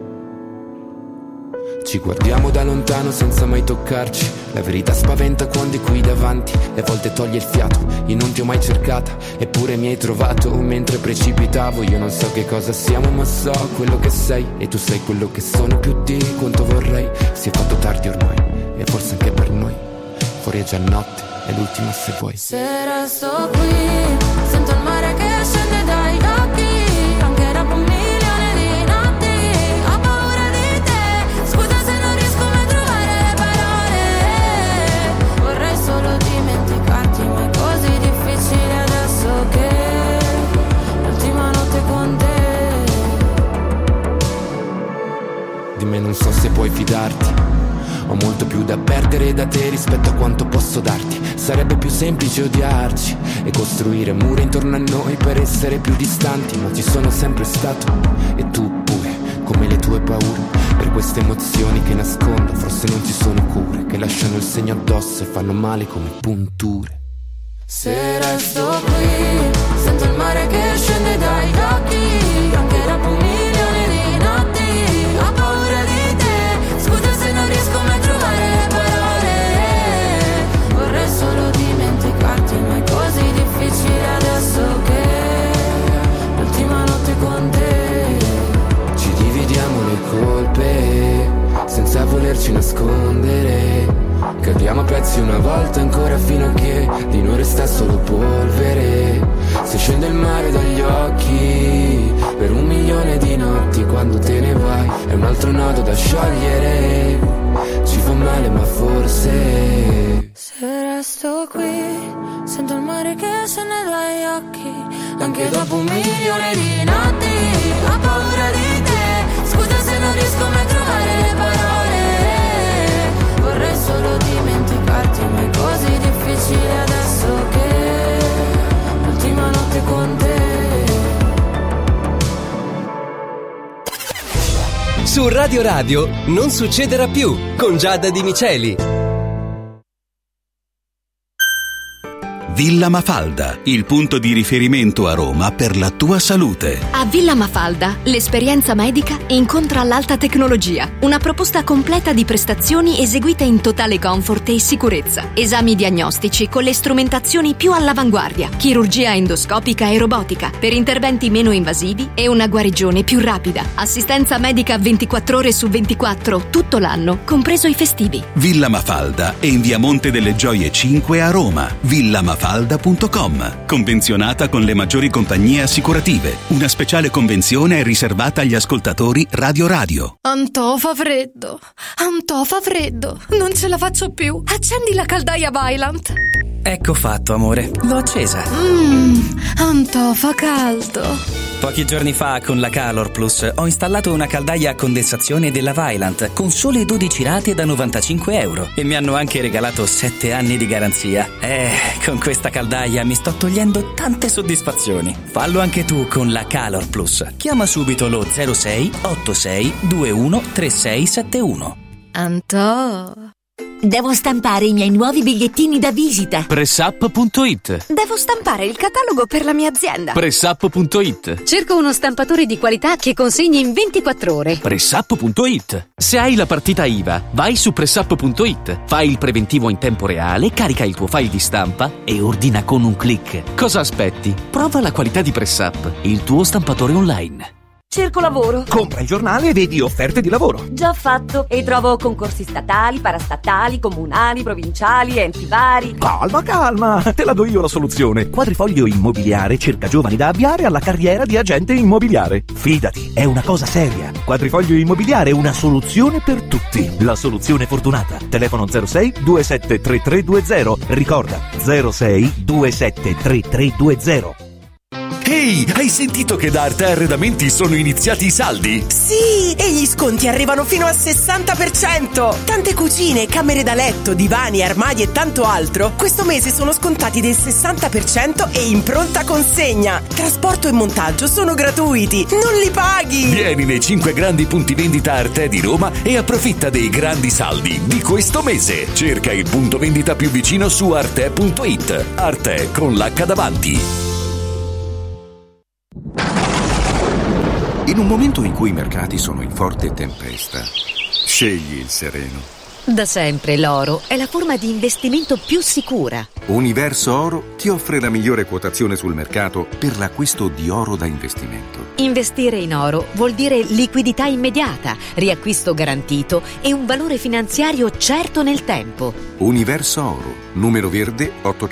Ci guardiamo da lontano senza mai toccarci. La verità spaventa quando è qui davanti e a volte toglie il fiato. Io non ti ho mai cercata, eppure mi hai trovato mentre precipitavo. Io non so che cosa siamo, ma so quello che sei, e tu sei quello che sono più di quanto vorrei. Si è fatto tardi ormai, e forse anche per noi. Fuori è già notte, è l'ultima se vuoi. Se resto qui, sento il mare che scende dai occhi, anche dopo un milione di notti. Ho paura di te, scusa se non riesco mai a trovare le parole. Vorrei solo dimenticarti, ma è così difficile adesso che l'ultima notte con te. Di me non so se puoi fidarti. Ho molto più da perdere da te rispetto a quanto posso darti. Sarebbe più semplice odiarci e costruire mura intorno a noi per essere più distanti, ma ci sono sempre stato, e tu pure, come le tue paure. Per queste emozioni che nascondo forse non ci sono cure, che lasciano il segno addosso e fanno male come punture. Se resto qui, sento il mare che scende dai occhi, anche dopo un milione di notti. Ho paura di te, scusa se non riesco mai a trovare le parole. Vorrei solo dimenticarti, ma è così difficile adesso che l'ultima notte con te. Ci dividiamo le colpe senza volerci nascondere. Cadiamo a pezzi una volta ancora fino a che di noi resta solo polvere. Se scende il mare dagli occhi per un milione di notti, quando te ne vai è un altro nodo da sciogliere. Ci fa male ma forse se resto qui, sento il mare che scende dagli occhi, anche dopo un milione di notti. Ho paura di te, scusa se non riesco mai a trovare le parole. Vorrei solo dimenticarti, ma è così difficile adesso che l'ultima notte con te. Su Radio Radio Radio non succederà più con Giada Di Miceli. Villa Mafalda, il punto di riferimento a Roma per la tua salute. A Villa Mafalda, l'esperienza medica incontra l'alta tecnologia. Una proposta completa di prestazioni eseguite in totale comfort e sicurezza. Esami diagnostici con le strumentazioni più all'avanguardia. Chirurgia endoscopica e robotica per interventi meno invasivi e una guarigione più rapida. Assistenza medica 24 ore su 24 tutto l'anno, compreso i festivi. Villa Mafalda è in via Monte delle Gioie 5 a Roma. villamafalda.com. Convenzionata con le maggiori compagnie assicurative. Una speciale convenzione è riservata agli ascoltatori Radio Radio. Antò fa freddo, non ce la faccio più. Accendi la caldaia Vaillant. Ecco fatto, amore, l'ho accesa. Antò fa caldo. Pochi giorni fa con la Calor Plus ho installato una caldaia a condensazione della Vaillant con sole 12 rate da €95 e mi hanno anche regalato 7 anni di garanzia. Con questa caldaia mi sto togliendo tante soddisfazioni. Fallo anche tu con la Calor Plus. Chiama subito lo 06 86 21 3671. Antò. Devo stampare i miei nuovi bigliettini da visita. Pressup.it. Devo stampare il catalogo per la mia azienda. Pressup.it. Cerco uno stampatore di qualità che consegni in 24 ore. Pressup.it. Se hai la partita IVA, vai su Pressup.it, fai il preventivo in tempo reale, carica il tuo file di stampa e ordina con un click. Cosa aspetti? Prova la qualità di Pressup, il tuo stampatore online. Cerco lavoro. Compra il giornale e vedi offerte di lavoro. Già fatto. E trovo concorsi statali, parastatali, comunali, provinciali, enti vari. Calma, te la do io la soluzione. Quadrifoglio Immobiliare cerca giovani da avviare alla carriera di agente immobiliare. Fidati, è una cosa seria. Quadrifoglio Immobiliare è una soluzione per tutti. La soluzione fortunata. Telefono 06 27 3320. Ricorda 06 27 3320. Ehi, hai sentito che da Arte Arredamenti sono iniziati i saldi? Sì, e gli sconti arrivano fino al 60%. Tante cucine, camere da letto, divani, armadi e tanto altro questo mese sono scontati del 60% e in pronta consegna. Trasporto e montaggio sono gratuiti, non li paghi. Vieni nei 5 grandi punti vendita Arte di Roma e approfitta dei grandi saldi di questo mese. Cerca il punto vendita più vicino su arte.it. Arte con l'H davanti. In un momento in cui i mercati sono in forte tempesta, scegli il sereno. Da sempre l'oro è la forma di investimento più sicura. Universo Oro ti offre la migliore quotazione sul mercato per l'acquisto di oro da investimento. Investire in oro vuol dire liquidità immediata, riacquisto garantito e un valore finanziario certo nel tempo. Universo Oro, numero verde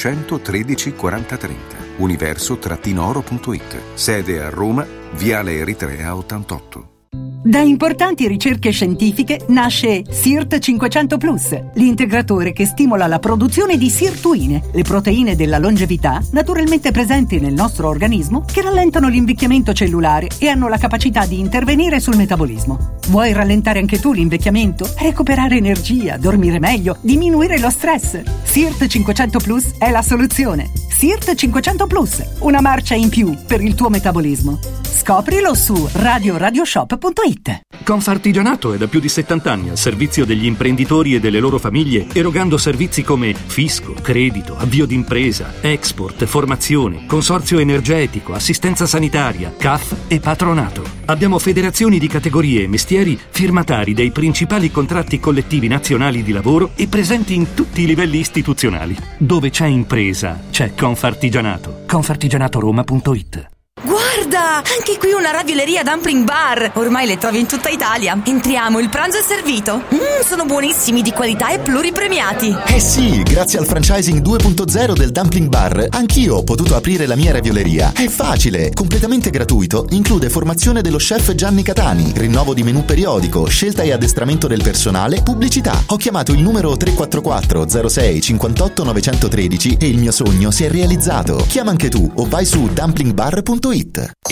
813 4030. Universo-oro.it. Sede a Roma, Viale Eritrea 88. Da importanti ricerche scientifiche nasce SIRT 500 Plus, l'integratore che stimola la produzione di sirtuine, le proteine della longevità naturalmente presenti nel nostro organismo che rallentano l'invecchiamento cellulare e hanno la capacità di intervenire sul metabolismo. Vuoi rallentare anche tu l'invecchiamento? Recuperare energia, dormire meglio, diminuire lo stress? SIRT 500 Plus è la soluzione. SIRT 500 Plus, una marcia in più per il tuo metabolismo. Scoprilo su radioshop.it. Confartigianato è da più di 70 anni al servizio degli imprenditori e delle loro famiglie, erogando servizi come fisco, credito, avvio d'impresa, export, formazione, consorzio energetico, assistenza sanitaria, CAF e patronato. Abbiamo federazioni di categorie e mestieri firmatari dei principali contratti collettivi nazionali di lavoro e presenti in tutti i livelli istituzionali. Dove c'è impresa, c'è Confartigianato. Confartigianatoroma.it. Guarda, anche qui una ravioleria Dumpling Bar. Ormai le trovi in tutta Italia. Entriamo, il pranzo è servito. Sono buonissimi, di qualità e pluripremiati. Eh sì, grazie al franchising 2.0 del Dumpling Bar, anch'io ho potuto aprire la mia ravioleria. È facile, completamente gratuito, include formazione dello chef Gianni Catani, rinnovo di menù periodico, scelta e addestramento del personale, pubblicità. Ho chiamato il numero 344 06 58 913 e il mio sogno si è realizzato. Chiama anche tu o vai su dumplingbar.it.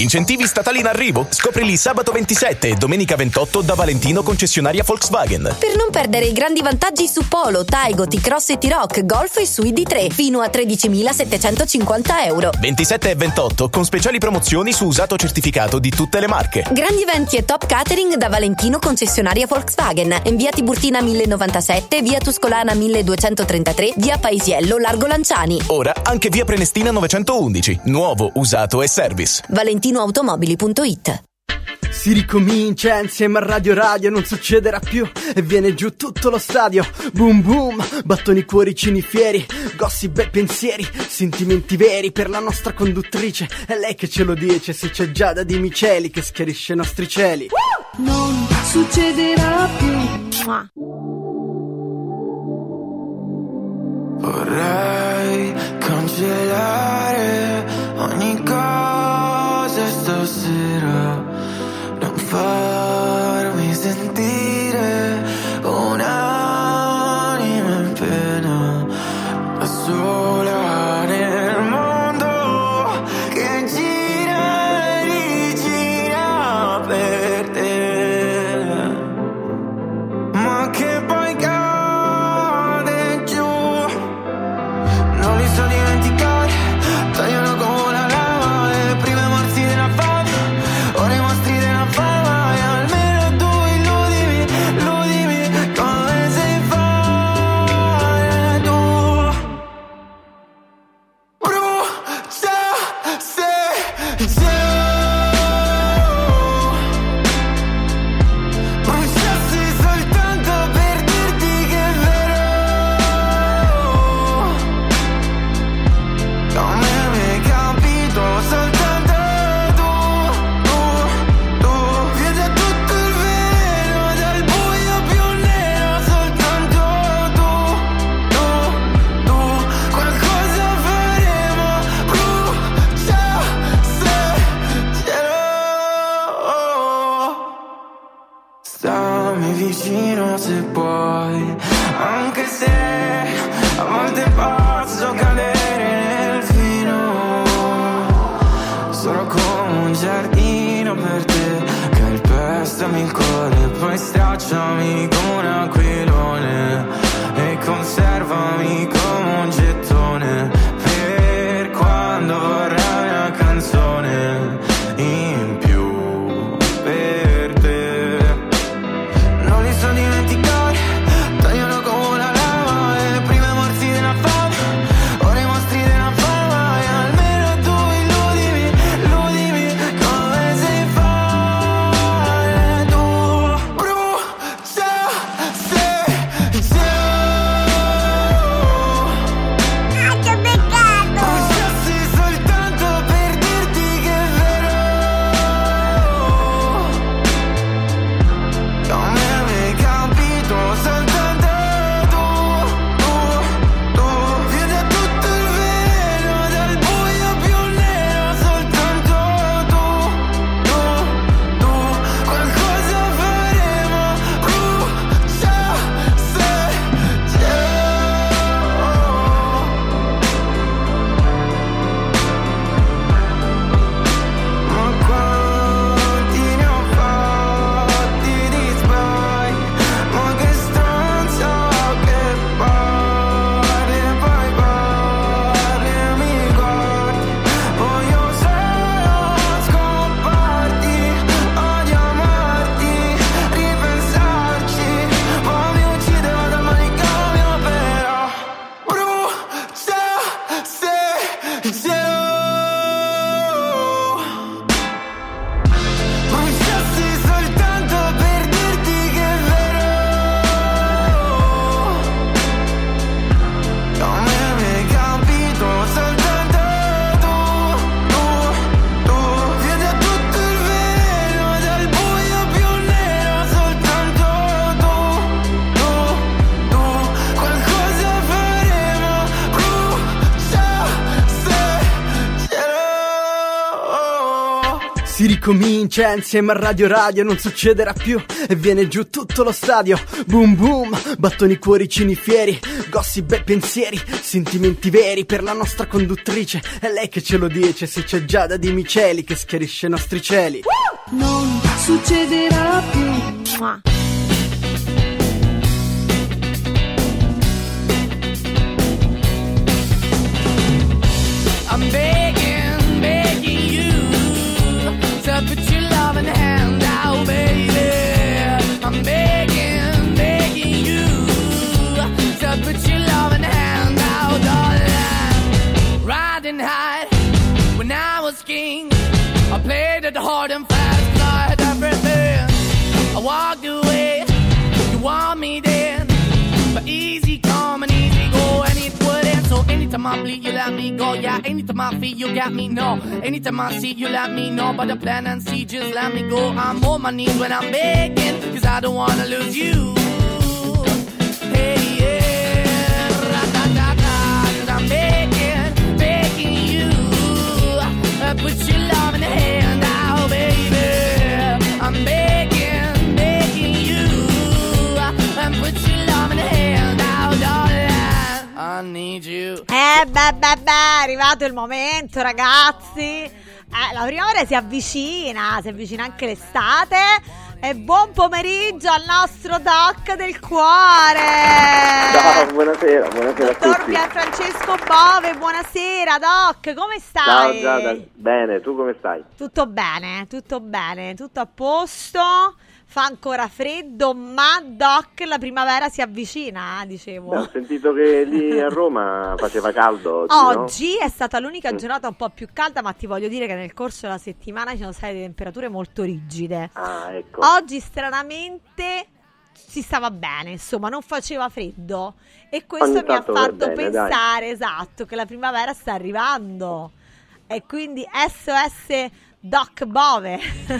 Incentivi statali in arrivo? Scoprili sabato 27 e domenica 28 da Valentino concessionaria Volkswagen. Per non perdere i grandi vantaggi su Polo, Taigo, T-Cross e T-Roc, Golf e su ID3 fino a 13.750 euro. 27 e 28 con speciali promozioni su usato certificato di tutte le marche. Grandi eventi e top catering da Valentino concessionaria Volkswagen. In via Tiburtina 1097, via Tuscolana 1233, via Paisiello, Largo Lanciani. Ora anche via Prenestina 911. Nuovo, usato e service. ValentinoAutomobili.it. Si ricomincia insieme a Radio non succederà più e viene giù tutto lo stadio. Boom boom, battoni cuoricini fieri, gossip e pensieri, sentimenti veri per la nostra conduttrice. È lei che ce lo dice, se c'è Giada Di Miceli che schiarisce i nostri cieli. Non succederà più. Vorrei cancellare ogni cosa stasera, non farmi sentire un'anima in pena, da sola nel mondo che gira e rigira per te, ma che poi cade giù. Non li so dimenticare, tagliano come la lava, le prime morsi della fame, ora i mostri della fama, e almeno tu illudimi come sei fare tu. Brucia se giù, bruciassi soltanto per dirti che è vero. Come mi hai capito soltanto tu, via da tutto il vero, dal buio più nero, soltanto tu, qualcosa faremo, brucia se cielo. Stammi vicino se puoi, anche se a volte posso cadere nel fino. Sono come un giardino per te, calpestami il cuore, poi stracciami come un aquilone e conservami come un gettone per quando vorrai una canzone in più per te. Non li so dimenticare, tagliano come la lava, e le prime morsi della fame, ricomincia insieme a Radio Radio, non succederà più e viene giù tutto lo stadio. Boom boom, battoni cuoricini fieri, gossip e pensieri, sentimenti veri per la nostra conduttrice. È lei che ce lo dice, se c'è Giada Di Miceli che schiarisce i nostri cieli. Non succederà più. I'm begging, begging you to put your loving hand out, baby. I'm begging, begging you to put your loving hand out, darling. Riding high when I was king, I played it hard and fast, tried everything. I walked away, you want me then, but easy come and easy go, and it wouldn't. So anytime I bleed, you let me go. Yeah, anytime I feel, you got me, no. Anytime I see, you let me know. But the plan and see, just let me go. I'm on my knees when I'm begging, cause I don't wanna lose you. Hey, yeah, ra-da-da-da, cause I'm begging, begging you. Put your love in the hand out, baby. I'm begging, begging you. Put your love in the hand out, darling. I need you. Beh, è arrivato il momento, ragazzi. La primavera si avvicina anche l'estate. E buon pomeriggio al nostro Doc del cuore. Ciao, buonasera a Dottor tutti. Francesco Bove, buonasera Doc, come stai? Ciao Giada, bene, tu come stai? Tutto bene, tutto a posto. Fa ancora freddo, ma Doc, la primavera si avvicina, dicevo. Ho sentito che lì a Roma faceva caldo Oggi no? è stata l'unica giornata un po' più calda, ma ti voglio dire che nel corso della settimana ci sono state delle temperature molto rigide. Ah, ecco. Oggi stranamente si stava bene, insomma, non faceva freddo, e questo Ogni mi ha tanto va fatto bene, pensare, esatto, che la primavera sta arrivando. E quindi SOS Doc Bove.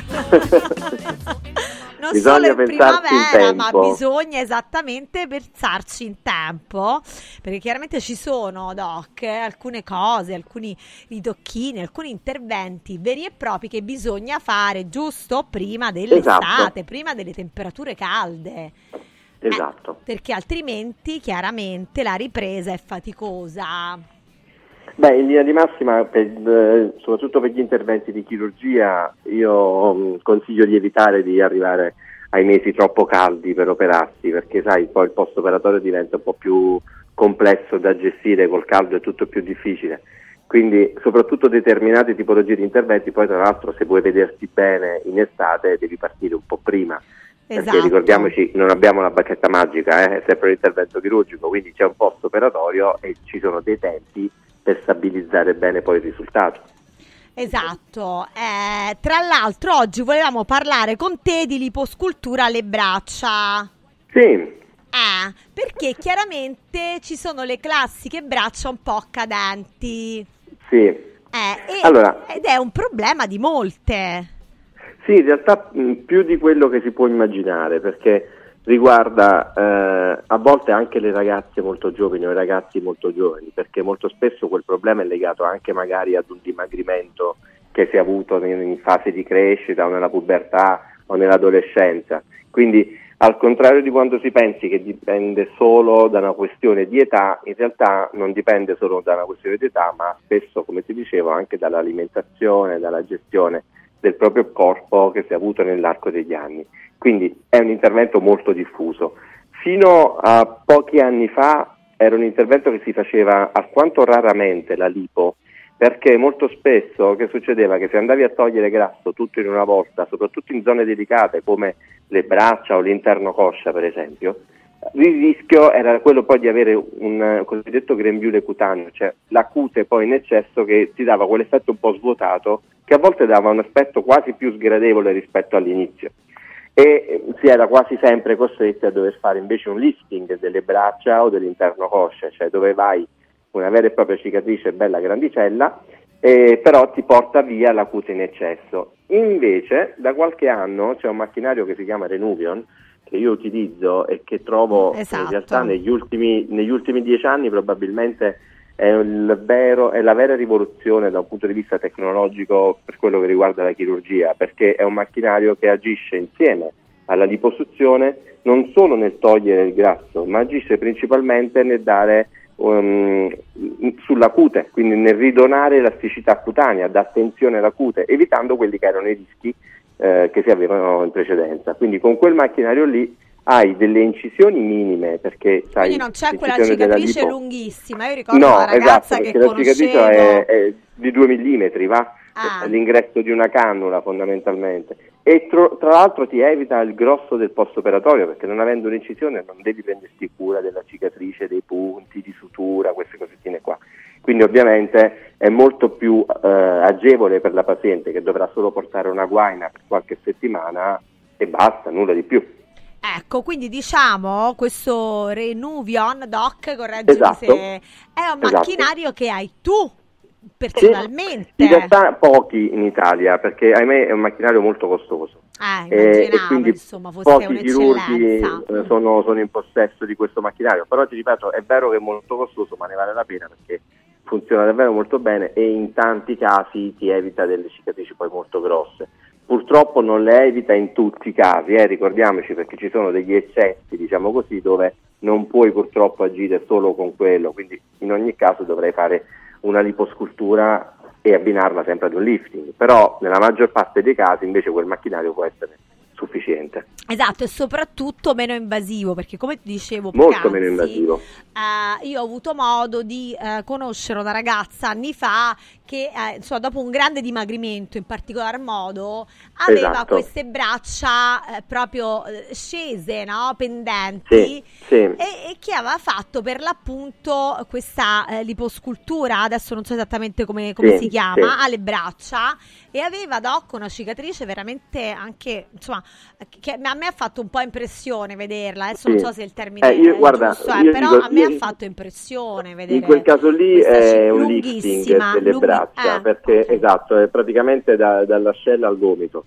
Non Bisogna solo in pensarci in primavera, ma tempo. bisogna esattamente pensarci in tempo, perché chiaramente ci sono, Doc, alcune cose, alcuni ritocchini, alcuni interventi veri e propri che bisogna fare giusto prima dell'estate, Esatto. prima delle temperature calde. Esatto. Perché altrimenti chiaramente la ripresa è faticosa. Beh, in linea di massima, soprattutto per gli interventi di chirurgia, io consiglio di evitare di arrivare ai mesi troppo caldi per operarsi, perché sai, poi il post-operatorio diventa un po' più complesso da gestire, col caldo è tutto più difficile. Quindi soprattutto determinate tipologie di interventi, poi tra l'altro se vuoi vederti bene in estate devi partire un po' prima. Esatto. Perché ricordiamoci, non abbiamo la bacchetta magica, è sempre un intervento chirurgico, quindi c'è un post-operatorio e ci sono dei tempi per stabilizzare bene poi il risultato. Esatto, tra l'altro oggi volevamo parlare con te di liposcultura alle braccia. Sì. Perché chiaramente ci sono le classiche braccia un po' cadenti. Sì. Ed è un problema di molte. Sì, in realtà più di quello che si può immaginare, perché riguarda a volte anche le ragazze molto giovani o i ragazzi molto giovani, perché molto spesso quel problema è legato anche magari ad un dimagrimento che si è avuto in fase di crescita o nella pubertà o nell'adolescenza. Quindi al contrario di quanto si pensi che dipende solo da una questione di età, in realtà non dipende solo da una questione di età, ma spesso, come ti dicevo, anche dall'alimentazione, dalla gestione del proprio corpo che si è avuto nell'arco degli anni. Quindi è un intervento molto diffuso. Fino a pochi anni fa era un intervento che si faceva alquanto raramente, la lipo, perché molto spesso che succedeva che se andavi a togliere grasso tutto in una volta, soprattutto in zone delicate come le braccia o l'interno coscia per esempio, il rischio era quello poi di avere un cosiddetto grembiule cutaneo, cioè la cute poi in eccesso che ti dava quell'effetto un po' svuotato che a volte dava un aspetto quasi più sgradevole rispetto all'inizio. E si era quasi sempre costretti a dover fare invece un lifting delle braccia o dell'interno coscia, cioè dove vai una vera e propria cicatrice bella grandicella, però ti porta via la cute in eccesso. Invece da qualche anno c'è un macchinario che si chiama Renuvion, che io utilizzo e che trovo in realtà negli ultimi 10 anni probabilmente è la vera rivoluzione da un punto di vista tecnologico per quello che riguarda la chirurgia, perché è un macchinario che agisce insieme alla liposuzione non solo nel togliere il grasso, ma agisce principalmente nel dare sulla cute, quindi nel ridonare elasticità cutanea, dà tensione alla cute, evitando quelli che erano i rischi che si avevano in precedenza. Quindi con quel macchinario lì hai delle incisioni minime, perché sai, quindi non c'è quella cicatrice lunghissima. Io ricordo no, una ragazza esatto, che la conoscevo, cicatrice è di 2 millimetri, va? L'ingresso di una cannula fondamentalmente, e tra l'altro ti evita il grosso del post operatorio, perché non avendo un'incisione non devi prenderti cura della cicatrice, dei punti di sutura, queste cosettine qua. Quindi ovviamente è molto più agevole per la paziente, che dovrà solo portare una guaina per qualche settimana e basta, nulla di più. Ecco, quindi diciamo questo Renuvion, Doc, correggimi Esatto. se è un macchinario che hai tu personalmente. Sì, in realtà pochi in Italia, perché ahimè è un macchinario molto costoso. E quindi insomma, fosse pochi chirurghi sono in possesso di questo macchinario, però ti ripeto, è vero che è molto costoso, ma ne vale la pena perché funziona davvero molto bene e in tanti casi ti evita delle cicatrici poi molto grosse. Purtroppo non le evita in tutti i casi, ricordiamoci, perché ci sono degli eccessi, diciamo così, dove non puoi purtroppo agire solo con quello, quindi in ogni caso dovrei fare una liposcultura e abbinarla sempre ad un lifting, però nella maggior parte dei casi invece quel macchinario può essere sufficiente. Esatto, e soprattutto meno invasivo, perché come ti dicevo molto meno invasivo. Io ho avuto modo di conoscere una ragazza anni fa che insomma, dopo un grande dimagrimento in particolar modo aveva queste braccia proprio scese, no? Pendenti, sì. E che aveva fatto per l'appunto questa liposcultura, adesso non so esattamente come si chiama, alle braccia, e aveva una cicatrice veramente anche, insomma, che a me ha fatto un po' impressione vederla, adesso non so se il termine è giusto, però a me ha fatto impressione vedere. In quel caso lì è un lifting delle braccia, perché esatto, è praticamente dall'ascella al gomito.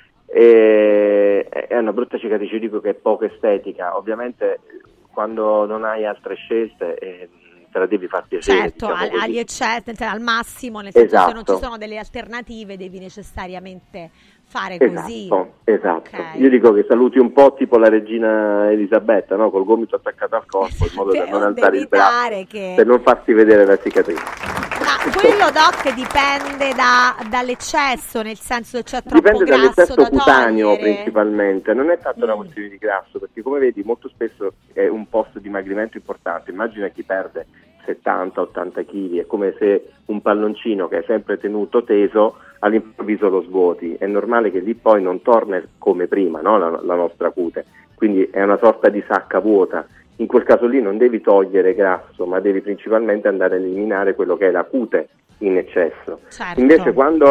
È una brutta cicatrice, dico che è poco estetica, ovviamente quando non hai altre scelte te la devi far piacere. Certo, diciamo agli eccessi, al massimo, nel senso se non ci Esatto. sono delle alternative devi necessariamente fare così. Esatto. Ok. Io dico che saluti un po' tipo la regina Elisabetta, no? Col gomito attaccato al corpo, in modo da non alzare il braccio, per non farsi vedere la cicatrice. Ma quello, Doc, dipende dall'eccesso, nel senso che c'è troppo Dipende grasso dall'eccesso da cutaneo togliere. principalmente, non è tanto una questione di grasso, perché come vedi molto spesso è un post dimagrimento importante. Immagina chi perde 70-80 kg, è come se un palloncino che è sempre tenuto teso all'improvviso lo svuoti, è normale che lì poi non torna come prima, no? la nostra cute, quindi è una sorta di sacca vuota. In quel caso lì non devi togliere grasso, ma devi principalmente andare a eliminare quello che è la cute in eccesso. Certo. Invece quando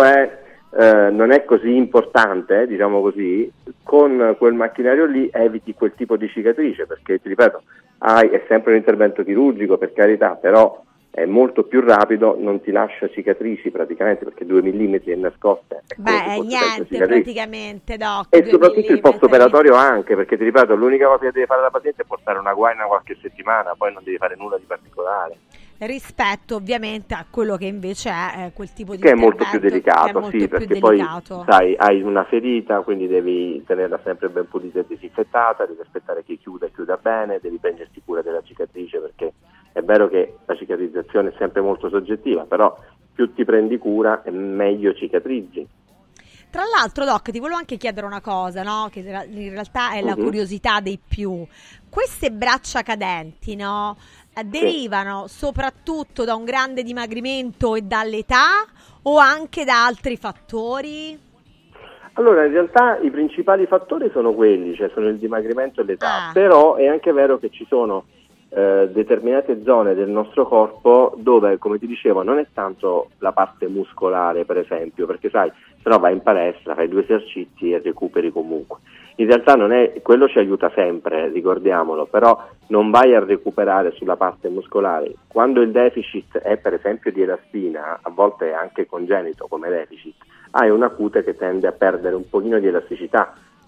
non è così importante, diciamo così, con quel macchinario lì eviti quel tipo di cicatrice, perché ti ripeto, è sempre un intervento chirurgico, per carità, però è molto più rapido, non ti lascia cicatrici praticamente, perché 2 millimetri è nascosta. Beh, niente praticamente, Doc. E soprattutto il post operatorio anche, perché ti ripeto, l'unica cosa che deve fare la paziente è portare una guaina qualche settimana, poi non devi fare nulla di particolare. Rispetto ovviamente a quello che invece è quel tipo di che è molto più intervento delicato, che è molto sì, più perché delicato. poi sai, hai una ferita, quindi devi tenerla sempre ben pulita e disinfettata, devi aspettare che chiuda bene, devi prenderti cura della cicatrice, perché è vero che la cicatrizzazione è sempre molto soggettiva, però più ti prendi cura e meglio cicatrizzi. Tra l'altro, Doc, ti volevo anche chiedere una cosa, no? Che in realtà è la curiosità dei più. Queste braccia cadenti, no? Derivano soprattutto da un grande dimagrimento e dall'età o anche da altri fattori? Allora, in realtà i principali fattori sono quelli, cioè sono il dimagrimento e l'età, però è anche vero che ci sono determinate zone del nostro corpo dove, come ti dicevo, non è tanto la parte muscolare, per esempio, perché sai, se no vai in palestra, fai 2 esercizi e recuperi comunque. In realtà non è, quello ci aiuta sempre, ricordiamolo, però non vai a recuperare sulla parte muscolare. Quando il deficit è per esempio di elastina, a volte è anche congenito come deficit, hai una cute che tende a perdere un pochino di elasticità,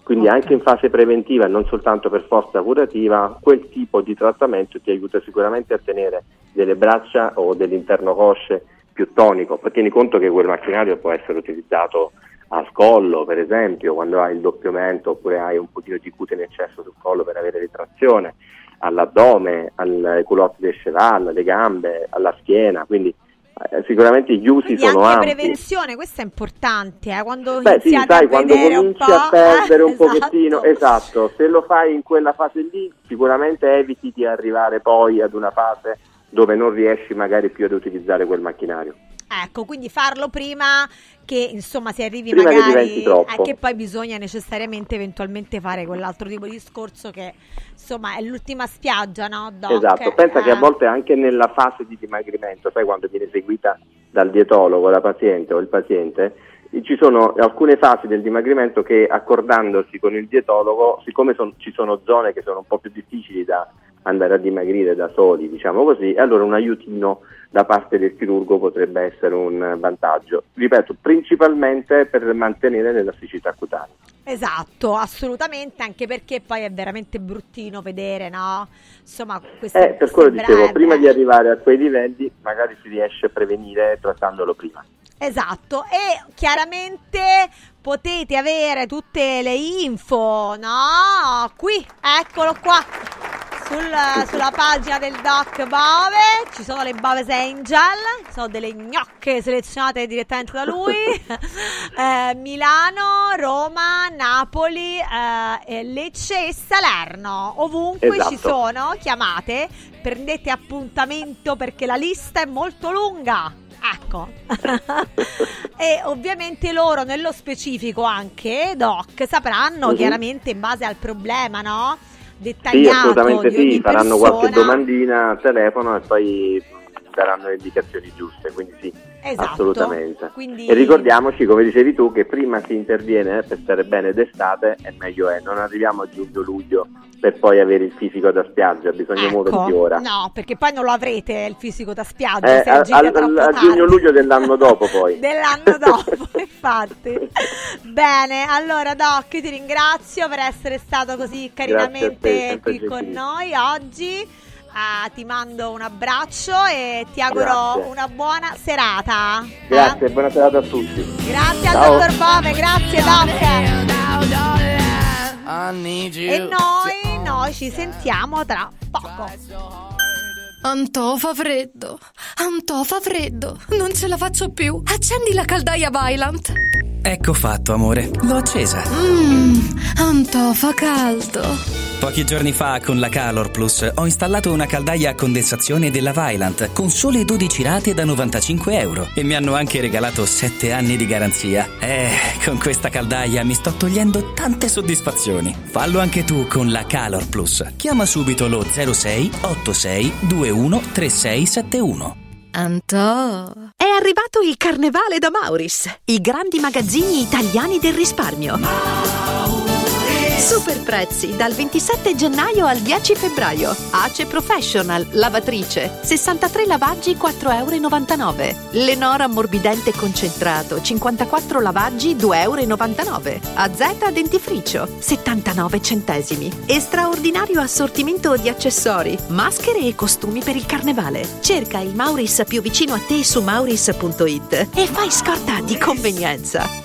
Quindi anche in fase preventiva e non soltanto per forza curativa, quel tipo di trattamento ti aiuta sicuramente a tenere delle braccia o dell'interno cosce più tonico. Tieni conto che quel macchinario può essere utilizzato a scollo, per esempio, quando hai il doppio mento oppure hai un pochino di cute in eccesso sul collo per avere ritrazione, all'addome, ai culotti del cheval, alle gambe, alla schiena, quindi sicuramente gli usi sono anche ampi. prevenzione, questo è importante, quando sì, sai, quando cominci a perdere un pochettino, esatto, se lo fai in quella fase lì sicuramente eviti di arrivare poi ad una fase dove non riesci magari più ad utilizzare quel macchinario. Ecco, quindi farlo prima che insomma si arrivi Prima magari che diventi troppo. che poi bisogna necessariamente eventualmente fare quell'altro tipo di discorso che insomma è l'ultima spiaggia, no, Doc? Esatto, pensa che a volte anche nella fase di dimagrimento, sai, quando viene seguita dal dietologo la paziente o il paziente, ci sono alcune fasi del dimagrimento che, accordandosi con il dietologo, siccome ci sono zone che sono un po' più difficili da andare a dimagrire da soli, diciamo così, e allora un aiutino da parte del chirurgo potrebbe essere un vantaggio, ripeto, principalmente per mantenere l'elasticità cutanea. Esatto, assolutamente, anche perché poi è veramente bruttino vedere, no? Insomma, queste per quello dicevo, breve. prima di arrivare a quei livelli magari si riesce a prevenire trattandolo prima. Esatto, e chiaramente potete avere tutte le info, no? Qui, eccolo qua, sulla pagina del Doc Bove, ci sono le Bove's Angel, sono delle gnocche selezionate direttamente da lui, Milano, Roma, Napoli, Lecce e Salerno, ovunque esatto. Ci sono, chiamate, prendete appuntamento perché la lista è molto lunga. Ecco, e ovviamente loro nello specifico anche, Doc, sapranno chiaramente in base al problema, no? Dettagliato. Sì, assolutamente di ogni sì, faranno persona. qualche domandina al telefono e poi daranno le indicazioni giuste, quindi sì, esatto. Assolutamente. Quindi... E ricordiamoci, come dicevi tu, che prima si interviene per stare bene d'estate e meglio è, non arriviamo a giugno-luglio per poi avere il fisico da spiaggia, bisogna muoversi ora. No, perché poi non lo avrete il fisico da spiaggia se agite troppo a tardi. giugno-luglio dell'anno dopo poi. Dell'anno dopo, infatti. Bene, allora Doc, ti ringrazio per essere stato così carinamente qui con noi oggi. Ti mando un abbraccio e ti auguro una buona serata. Grazie, buona serata a tutti. Grazie al Ciao. dottor Bove, grazie Doc. E noi ci sentiamo tra poco. Antò fa freddo, non ce la faccio più. Accendi la caldaia Vaillant. Ecco fatto, amore, l'ho accesa. Antò fa caldo. Pochi giorni fa con la Calor Plus ho installato una caldaia a condensazione della Vaillant con sole 12 rate da 95 euro e mi hanno anche regalato 7 anni di garanzia. Con questa caldaia mi sto togliendo tante soddisfazioni. Fallo anche tu con la Calor Plus. Chiama subito lo 06 86 21 3671. Antò. È arrivato il carnevale da Mauris, i grandi magazzini italiani del risparmio. Super prezzi dal 27 gennaio al 10 febbraio. Ace Professional, lavatrice, 63 lavaggi 4,99 euro. Lenora ammorbidente concentrato, 54 lavaggi 2,99 euro. AZ dentifricio, 79 centesimi. E straordinario assortimento di accessori, maschere e costumi per il carnevale. Cerca il Mauris più vicino a te su mauris.it e fai scorta di convenienza.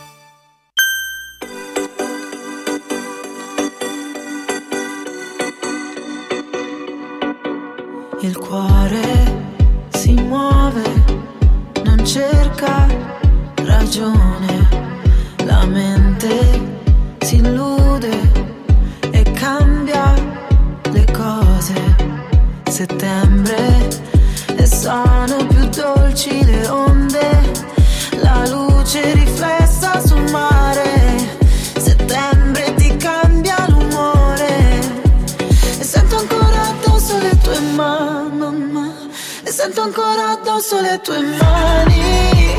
Il cuore si muove, non cerca ragione, la mente si illude e cambia le cose. Settembre e sono più dolci le onde, la luce riflessa sul mare. Settembre ti cambia l'umore e sento ancora addosso le tue mani, e sento ancora addosso le tue mani.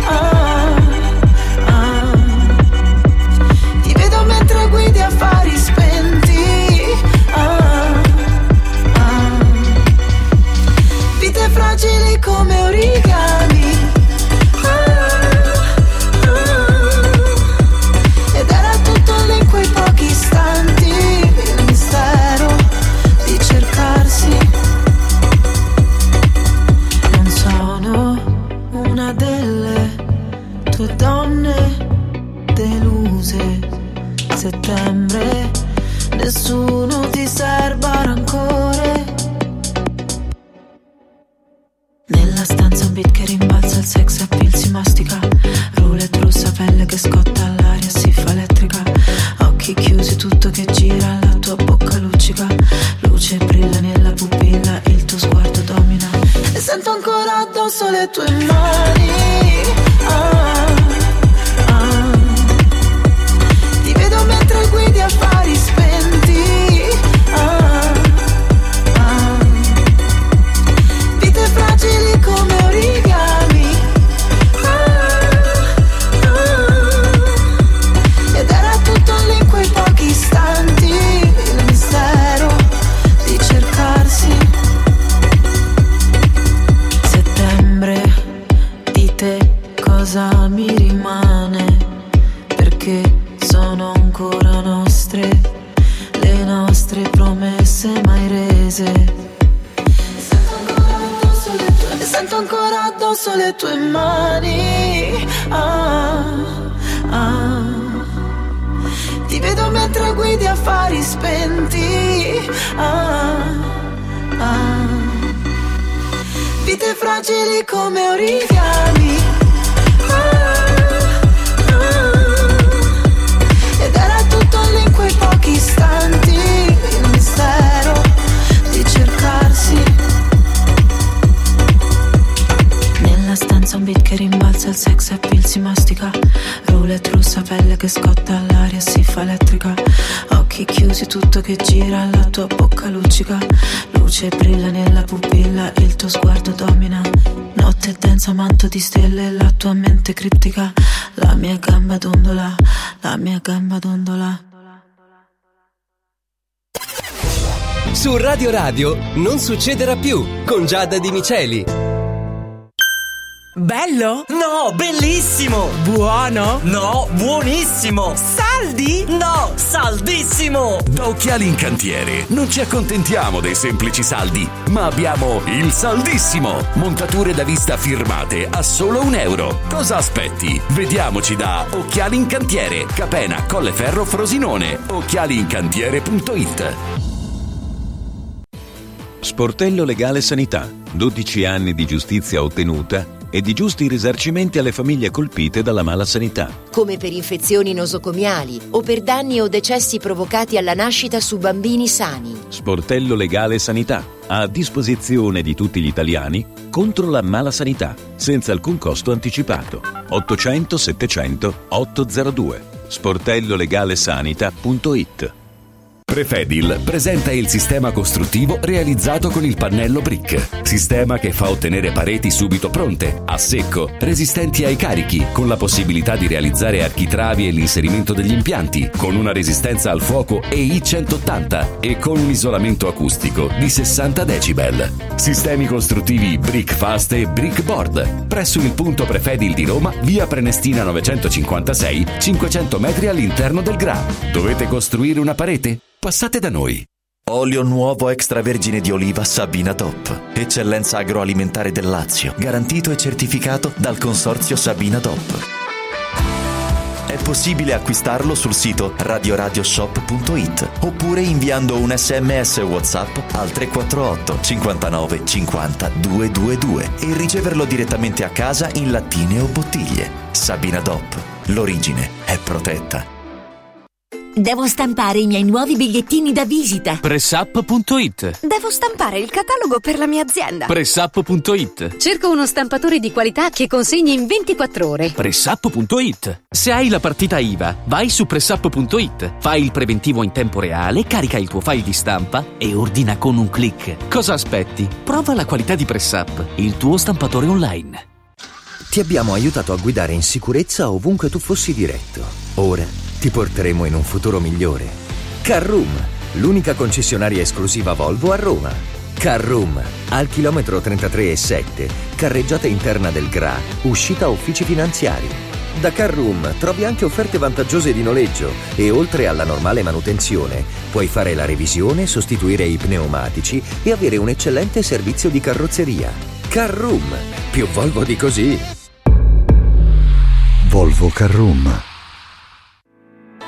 Ti vedo mentre guidi affari spenti. Vite fragili come origami. Ed era tutto lì in quei pochi settembre, nessuno ti serba rancore. Nella stanza un beat che rimbalza, il sex appeal si mastica, roulette russa, pelle che scotta, all'aria si fa elettrica, occhi chiusi, tutto che gira, la tua bocca luccica, luce brilla nella pupilla, il tuo sguardo domina, e sento ancora addosso le tue mani. Ti vedo mentre guidi affari spenti. Vite fragili come origami. Ed era tutto lì in quei pochi istanti, il mistero di cercarsi. Settembre, di te cosa mi rimane? Perché sono ancora nostre, le nostre promesse mai rese. Sento ancora addosso le tue mani. Ti vedo mentre guidi affari spenti. Vite fragili come origami. Ed era tutto lì in quei pochi istanti, il mistero di cercarsi. Nella stanza un beat che rimbalza, il sex appeal si mastica, roulette russa, pelle che scotta, all'aria si fa elettrica, occhi chiusi, tutto che gira, la tua bocca luccica, luce brilla nella pupilla, il tuo sguardo domina, notte densa, manto di stelle, la tua mente criptica, la mia gamba dondola, la mia gamba dondola. Su Radio Radio non succederà più con Giada Di Miceli. Bello? No, bellissimo! Buono? No, buonissimo! Saldi? No, saldissimo! Da Occhiali in Cantiere non ci accontentiamo dei semplici saldi, ma abbiamo il saldissimo! Montature da vista firmate a solo €1. Cosa aspetti? Vediamoci da Occhiali in Cantiere, Capena, Colleferro, Frosinone. Occhialiincantiere.it. Sportello Legale Sanità. 12 anni di giustizia ottenuta e di giusti risarcimenti alle famiglie colpite dalla mala sanità. Come per infezioni nosocomiali o per danni o decessi provocati alla nascita su bambini sani. Sportello Legale Sanità. A disposizione di tutti gli italiani contro la mala sanità, senza alcun costo anticipato. 800 700 802. sportellolegalesanita.it. Prefedil presenta il sistema costruttivo realizzato con il pannello brick. Sistema che fa ottenere pareti subito pronte, a secco, resistenti ai carichi, con la possibilità di realizzare architravi e l'inserimento degli impianti, con una resistenza al fuoco EI 180 e con un isolamento acustico di 60 decibel. Sistemi costruttivi Brick Fast e Brick Board. Presso il punto Prefedil di Roma, via Prenestina 956, 500 metri all'interno del GRA. Dovete costruire una parete? Passate da noi. Olio nuovo extravergine di oliva Sabina DOP. Eccellenza agroalimentare del Lazio. Garantito e certificato dal consorzio Sabina DOP. È possibile acquistarlo sul sito radioradioshop.it oppure inviando un SMS WhatsApp al 348 59 50 222 e riceverlo direttamente a casa in lattine o bottiglie. Sabina DOP. L'origine è protetta. Devo stampare i miei nuovi bigliettini da visita. Pressup.it. Devo stampare il catalogo per la mia azienda. Pressup.it. Cerco uno stampatore di qualità che consegni in 24 ore. Pressup.it. Se hai la partita IVA, vai su Pressup.it. Fai il preventivo in tempo reale, carica il tuo file di stampa e ordina con un click. Cosa aspetti? Prova la qualità di Pressup, il tuo stampatore online. Ti abbiamo aiutato a guidare in sicurezza ovunque tu fossi diretto. Ora ti porteremo in un futuro migliore. Carroom, l'unica concessionaria esclusiva Volvo a Roma. Carroom, al chilometro 33,7, carreggiata interna del GRA, uscita uffici finanziari. Da Carroom trovi anche offerte vantaggiose di noleggio e oltre alla normale manutenzione puoi fare la revisione, sostituire i pneumatici e avere un eccellente servizio di carrozzeria. Carroom, più Volvo di così. Volvo Carroom.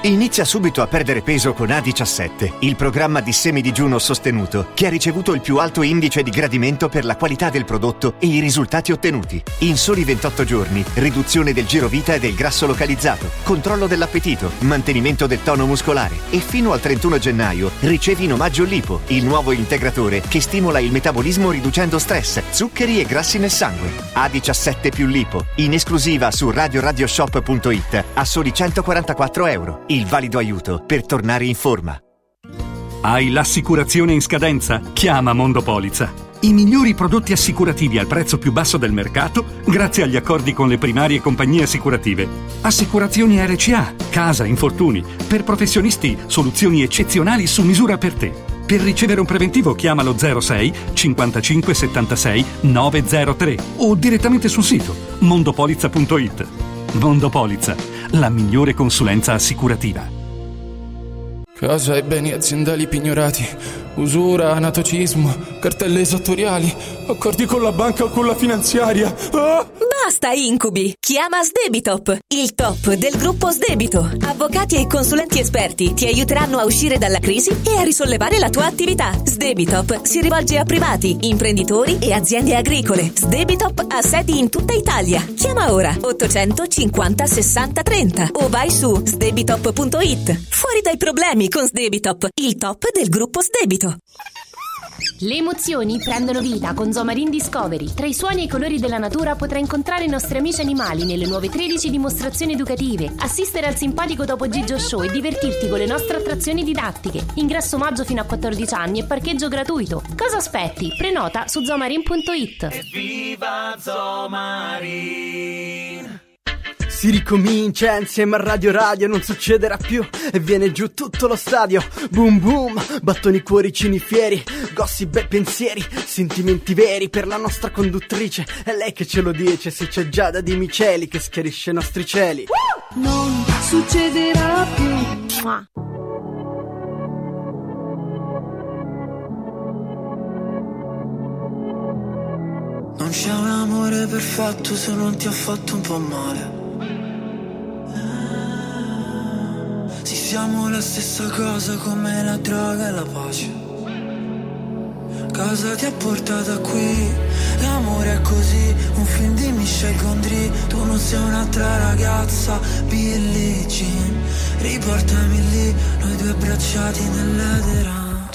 Inizia subito a perdere peso con A17, il programma di semidigiuno sostenuto che ha ricevuto il più alto indice di gradimento per la qualità del prodotto e i risultati ottenuti. In soli 28 giorni, riduzione del girovita e del grasso localizzato, controllo dell'appetito, mantenimento del tono muscolare e fino al 31 gennaio ricevi in omaggio Lipo, il nuovo integratore che stimola il metabolismo riducendo stress, zuccheri e grassi nel sangue. A17 più Lipo, in esclusiva su radioradioshop.it a soli €144. Il valido aiuto per tornare in forma. Hai l'assicurazione in scadenza? Chiama Mondopolizza. I migliori prodotti assicurativi al prezzo più basso del mercato grazie agli accordi con le primarie compagnie assicurative. Assicurazioni RCA, casa, infortuni. Per professionisti, soluzioni eccezionali su misura per te. Per ricevere un preventivo chiamalo 06 55 76 903 o direttamente sul sito mondopolizza.it. Mondopolizza, la migliore consulenza assicurativa. Casa e beni aziendali pignorati, usura, anatocismo, cartelle esattoriali, accordi con la banca o con la finanziaria. Ah! Basta incubi! Chiama Sdebitop, il top del gruppo Sdebito. Avvocati e consulenti esperti ti aiuteranno a uscire dalla crisi e a risollevare la tua attività. Sdebitop si rivolge a privati, imprenditori e aziende agricole. Sdebitop ha sedi in tutta Italia. Chiama ora 850 60 30 o vai su sdebitop.it. Fuori dai problemi con Sdebitop, il top del gruppo Sdebito. Le emozioni prendono vita con Zomarin Discovery. Tra i suoni e i colori della natura potrai incontrare i nostri amici animali nelle nuove 13 dimostrazioni educative, assistere al simpatico Topo Gigio Show e divertirti con le nostre attrazioni didattiche. Ingresso omaggio fino a 14 anni e parcheggio gratuito. Cosa aspetti? Prenota su zomarin.it. Viva Zomarin! Si ricomincia insieme a Radio Radio, non succederà più e viene giù tutto lo stadio. Boom boom, battoni cuoricini fieri, gossip e pensieri, sentimenti veri per la nostra conduttrice. È lei che ce lo dice, se c'è Giada Di Miceli che schiarisce i nostri cieli. Non succederà più. Non c'è un amore perfetto se non ti ha fatto un po' male. Sì, siamo la stessa cosa come la droga e la pace. Cosa ti ha portato qui? L'amore è così, un film di Michel Gondry. Tu non sei un'altra ragazza, Billie Jean. Riportami lì, noi due abbracciati nell'edera.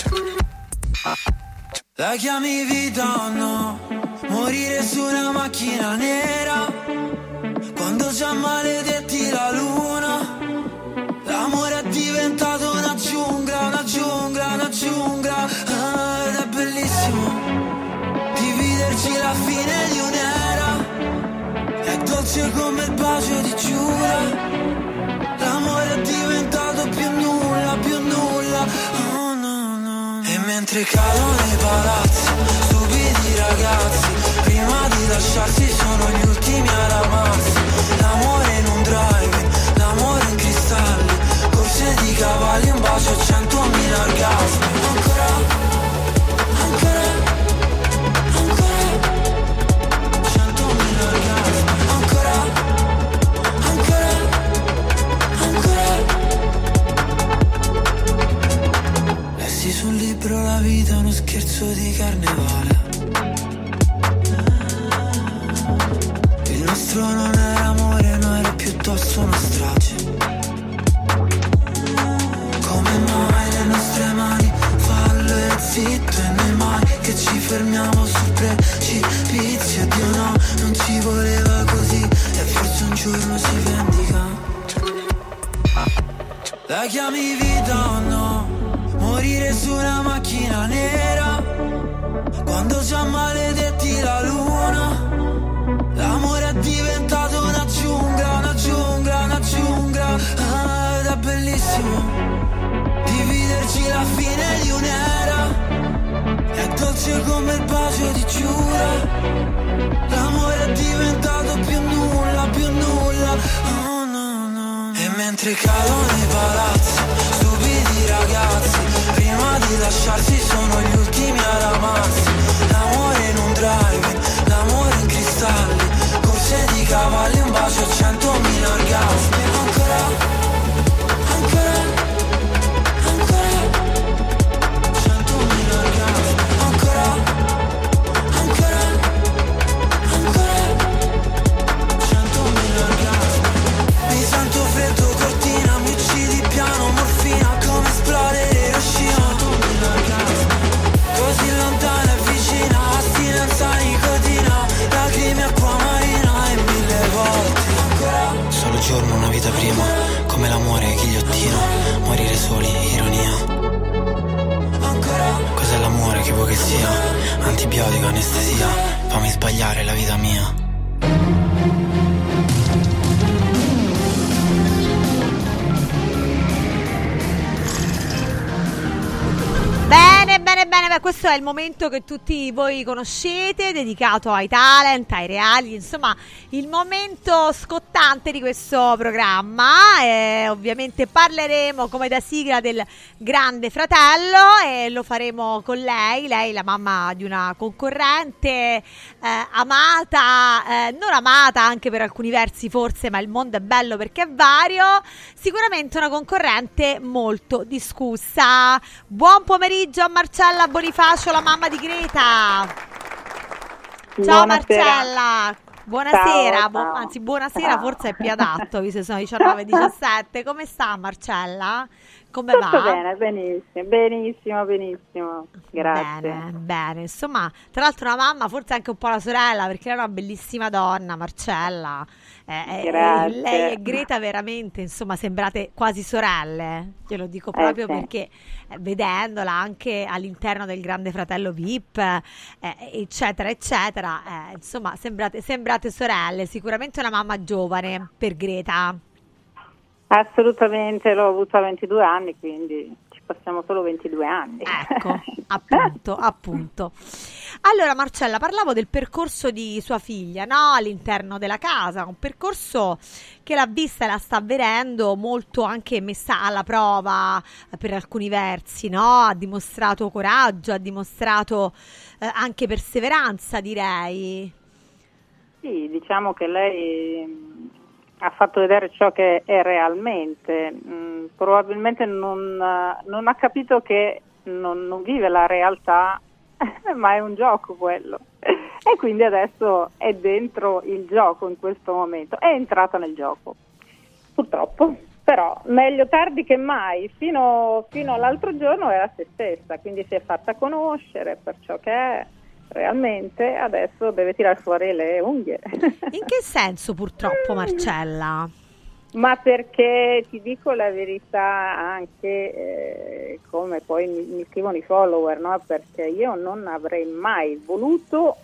La chiami vita o no? Morire su una macchina nera, quando già maledetti la luna. L'amore è diventato una giungla, una giungla, una giungla. Ed è bellissimo dividerci la fine di un'era. È dolce come il bacio di Giura. L'amore è diventato più nulla, più nulla. Oh no, no. E mentre cadono i palazzi, stupidi ragazzi, prima di lasciarsi sono gli ultimi ad amarsi. L'amore in un drive, l'amore in cristalli, corse di cavalli, un bacio a 100.000 orgasmi. Ancora, ancora, ancora, 100.000 orgasmi. Ancora, ancora, ancora. Lessi sul libro La vita è uno scherzo di carnevale. Il nostro non era amore, no, era piuttosto una strage. Come mai le nostre mani fallo e zitto, e noi mai che ci fermiamo sul precipizio. Dio no, non ci voleva così, e forse un giorno si vendica. La chiami vita o no? Morire su una macchina nera, quando già maledetti la luna. L'amore è diventato una giungla, una giungla, una giungla. Ed è bellissimo dividerci la fine di un'era. È dolce come il bacio di Giura. L'amore è diventato più nulla, più nulla. Oh no, no. E mentre cadono i palazzi, stupidi ragazzi, prima di lasciarsi sono gli ultimi ad amarsi. L'amore in un drive, l'amore in cristalli, corse di cavalli, un bacio a 100.000 orgasmi. Ancora, ancora, cambiare la vita mia. Bene, questo è il momento che tutti voi conoscete, dedicato ai talent, ai reality, insomma il momento scottante di questo programma. E ovviamente parleremo come da sigla del Grande Fratello e lo faremo con lei la mamma di una concorrente, amata, non amata anche per alcuni versi forse, ma il mondo è bello perché è vario, sicuramente una concorrente molto discussa. Buon pomeriggio a Marcella Bonifacio, la mamma di Greta. Ciao Marcella. Buonasera, ciao. Anzi buonasera, forse è più adatto visto che sono 19:17. Come sta Marcella? Come Tutto va? bene, benissimo. Grazie. Bene, insomma, tra l'altro una mamma, forse anche un po' la sorella, perché è una bellissima donna, Marcella. Grazie. Lei e Greta veramente, insomma, sembrate quasi sorelle. Glielo dico proprio sì. Perché vedendola anche all'interno del Grande Fratello VIP, eccetera, insomma, sembrate sorelle. Sicuramente una mamma giovane per Greta. Assolutamente, l'ho avuta a 22 anni, quindi ci passiamo solo 22 anni. Ecco, appunto. Allora Marcella, parlavo del percorso di sua figlia, no? All'interno della casa, un percorso che l'ha vista e la sta vedendo molto anche messa alla prova per alcuni versi, no? Ha dimostrato coraggio, ha dimostrato anche perseveranza, direi. Sì, diciamo che lei ha fatto vedere ciò che è realmente. Probabilmente non ha capito che non vive la realtà, ma è un gioco quello. E quindi adesso è dentro il gioco in questo momento, è entrata nel gioco, purtroppo. Però meglio tardi che mai. Fino all'altro giorno era se stessa, quindi si è fatta conoscere per ciò che è. Realmente adesso deve tirare fuori le unghie. In che senso purtroppo, Marcella? Ma perché ti dico la verità, anche come poi mi scrivono i follower, no? Perché io non avrei mai voluto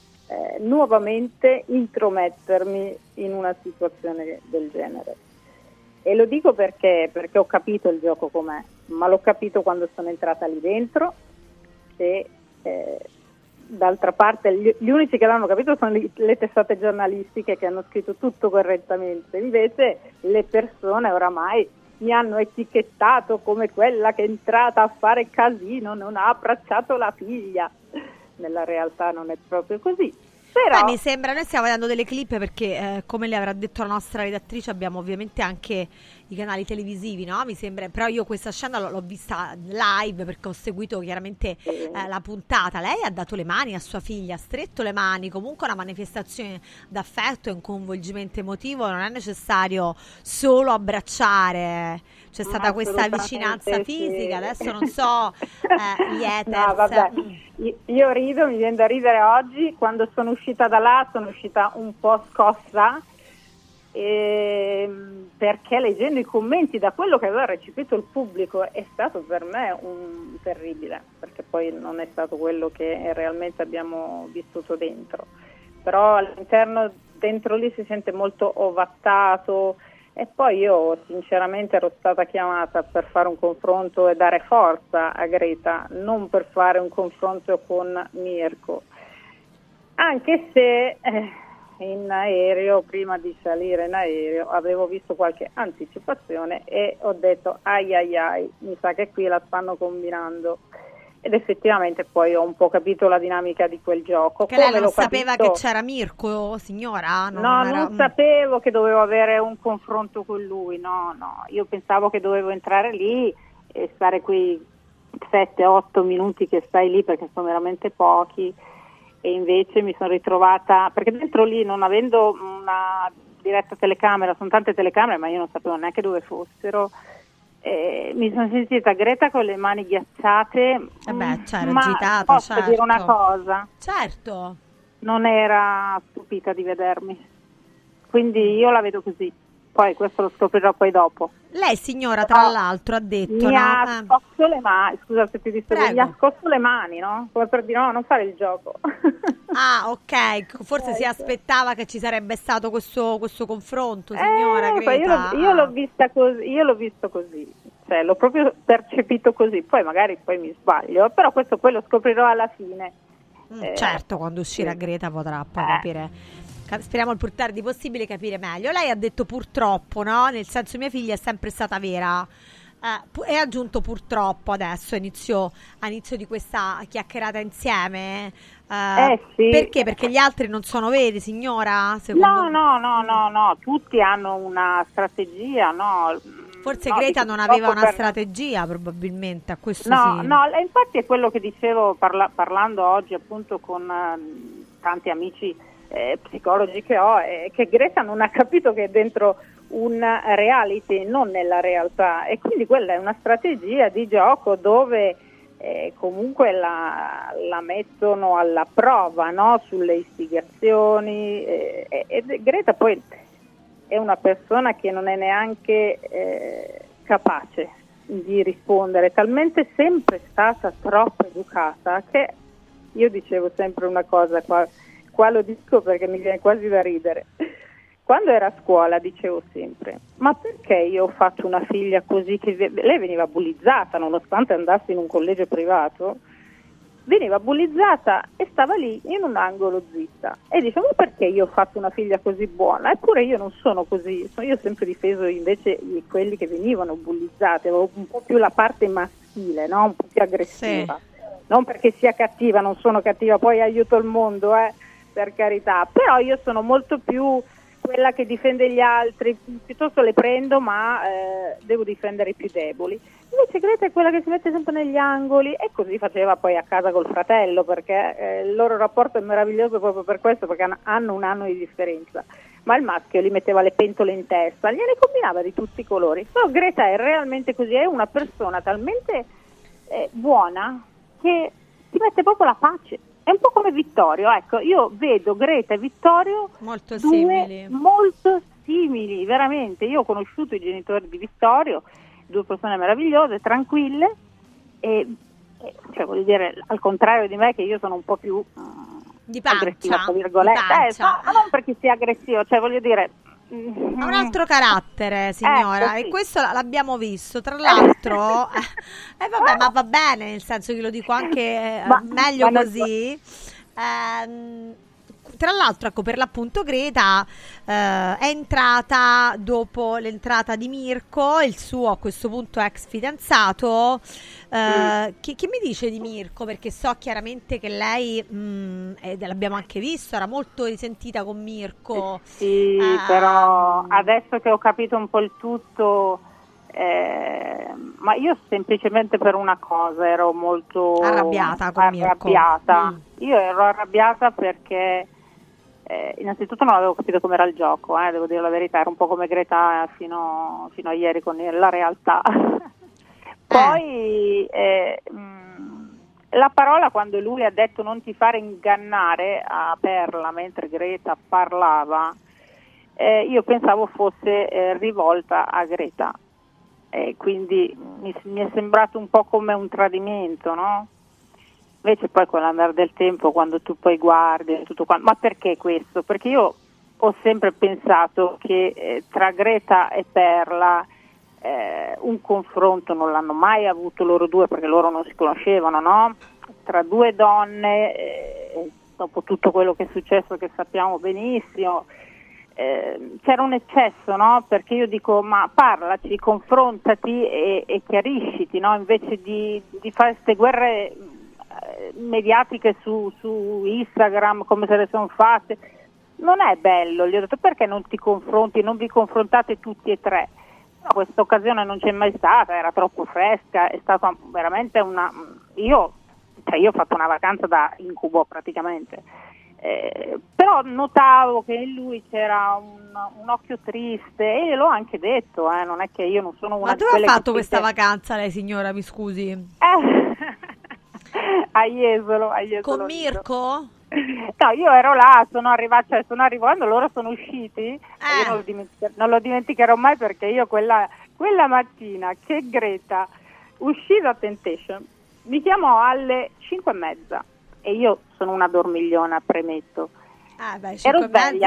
nuovamente intromettermi in una situazione del genere. E lo dico perché ho capito il gioco com'è, ma l'ho capito quando sono entrata lì dentro e d'altra parte gli unici che l'hanno capito sono le testate giornalistiche che hanno scritto tutto correttamente, invece le persone oramai mi hanno etichettato come quella che è entrata a fare casino, non ha abbracciato la figlia. Nella realtà non è proprio così. Però mi sembra, noi stiamo vedendo delle clip perché come le avrà detto la nostra redattrice abbiamo ovviamente anche i canali televisivi, no? Mi sembra, però io questa scena l'ho vista live perché ho seguito chiaramente la puntata. Lei ha dato le mani a sua figlia, ha stretto le mani, comunque una manifestazione d'affetto e un coinvolgimento emotivo, non è necessario solo abbracciare, c'è stata questa vicinanza fisica, adesso non so gli haters. No, vabbè. Io rido, mi viene da ridere oggi, quando sono uscita da là sono uscita un po' scossa, perché leggendo i commenti da quello che aveva recepito il pubblico è stato per me un terribile, perché poi non è stato quello che realmente abbiamo vissuto dentro, però all'interno, dentro lì si sente molto ovattato. E poi io sinceramente ero stata chiamata per fare un confronto e dare forza a Greta, non per fare un confronto con Mirko. Anche se in aereo, prima di salire in aereo, avevo visto qualche anticipazione e ho detto ai, mi sa che qui la stanno combinando. Ed effettivamente poi ho un po' capito la dinamica di quel gioco. Che lei non sapeva che c'era Mirko, signora? Non sapevo che dovevo avere un confronto con lui, no. Io pensavo che dovevo entrare lì e stare quei 7-8 minuti che stai lì, perché sono veramente pochi, e invece mi sono ritrovata, perché dentro lì, non avendo una diretta telecamera, sono tante telecamere, ma io non sapevo neanche dove fossero. Mi sono sentita Greta con le mani ghiacciate, c'era ma agitata, posso certo. dire una cosa? Certo. Non era stupita di vedermi, quindi io la vedo così. poi questo lo scoprirò poi dopo. Lei signora tra l'altro ha detto mi ha scosso le mani, scusa se ti disturbo, mi ha scosso le mani, no? Come per dire no, non fare il gioco. Ah, ok, forse si aspettava che ci sarebbe stato questo confronto, signora Greta. Io l'ho visto così, cioè l'ho proprio percepito così, poi magari mi sbaglio, però questo poi lo scoprirò alla fine. Certo, quando uscirà Greta potrà poi capire. Speriamo il più tardi possibile capire meglio. Lei ha detto purtroppo, no? Nel senso, mia figlia è sempre stata vera. E ha aggiunto purtroppo adesso a inizio di questa chiacchierata insieme. Sì. Perché? Perché gli altri non sono veri, signora? No, tutti hanno una strategia, no? Forse Greta non aveva una strategia, probabilmente, a questo No, sì. no, infatti è quello che dicevo parlando oggi appunto con tanti amici psicologi che ho, che Greta non ha capito che è dentro un reality, non nella realtà, e quindi quella è una strategia di gioco dove comunque la mettono alla prova, no? Sulle istigazioni, e Greta poi è una persona che non è neanche capace di rispondere, talmente sempre stata troppo educata che io dicevo sempre una cosa, qua lo dico perché mi viene quasi da ridere. Quando era a scuola dicevo sempre, ma perché io ho fatto una figlia così, che lei veniva bullizzata nonostante andasse in un collegio privato, veniva bullizzata e stava lì in un angolo zitta e dicevo, ma perché io ho fatto una figlia così buona? Eppure io non sono così, io ho sempre difeso invece quelli che venivano bullizzati, avevo un po' più la parte maschile, no? Un po' più aggressiva, non perché sia cattiva, non sono cattiva, poi aiuto il mondo, per carità, però io sono molto più quella che difende gli altri, piuttosto le prendo, ma devo difendere i più deboli. Invece Greta è quella che si mette sempre negli angoli, e così faceva poi a casa col fratello, perché il loro rapporto è meraviglioso proprio per questo, perché hanno un anno di differenza, ma il maschio gli metteva le pentole in testa, gliene combinava di tutti i colori. Però Greta è realmente così, è una persona talmente buona che ti mette proprio la pace. È un po' come Vittorio, ecco, io vedo Greta e Vittorio molto simili, veramente. Io ho conosciuto i genitori di Vittorio, due persone meravigliose, tranquille, e cioè voglio dire, al contrario di me, che io sono un po' più di pancia, aggressiva, tra virgolette, ma non perché sia aggressivo, cioè voglio dire, ha un altro carattere, signora, sì. E questo l'abbiamo visto, tra l'altro. Vabbè, ma va bene, nel senso che lo dico anche meglio così. Tra l'altro, ecco, per l'appunto Greta è entrata dopo l'entrata di Mirko, il suo a questo punto ex fidanzato. Che mi dice di Mirko? Perché so chiaramente che lei, l'abbiamo anche visto, era molto risentita con Mirko. Sì, però adesso che ho capito un po' il tutto, ma io semplicemente per una cosa ero molto arrabbiata con Mirko. Io ero arrabbiata perché innanzitutto non avevo capito com'era il gioco, devo dire la verità, era un po' come Greta fino a ieri con la realtà. Poi la parola, quando lui ha detto non ti fare ingannare a Perla mentre Greta parlava, io pensavo fosse rivolta a Greta, quindi mi è sembrato un po' come un tradimento, no? Invece poi con l'andare del tempo, quando tu poi guardi tutto quanto, ma perché questo? Perché io ho sempre pensato che tra Greta e Perla un confronto non l'hanno mai avuto loro due, perché loro non si conoscevano, no? Tra due donne, dopo tutto quello che è successo, che sappiamo benissimo, c'era un eccesso, no? Perché io dico, ma parlaci, confrontati e chiarisciti, no? Invece di fare queste guerre mediatiche su Instagram come se le sono fatte, non è bello. Gli ho detto, perché non ti confronti, non vi confrontate tutti e tre? No, questa occasione non c'è mai stata, era troppo fresca, è stata veramente io ho fatto una vacanza da incubo praticamente, però notavo che in lui c'era un occhio triste, e l'ho anche detto, non è che io non sono una. Ma dove ha fatto questa vacanza lei, signora, mi scusi? A Jesolo. Con Mirko? No, io ero là, sono arrivando, loro sono usciti, e io non lo dimenticherò mai, perché io quella mattina che Greta uscì da Temptation mi chiamò alle 5:30 e io sono una dormigliona, premetto. Ero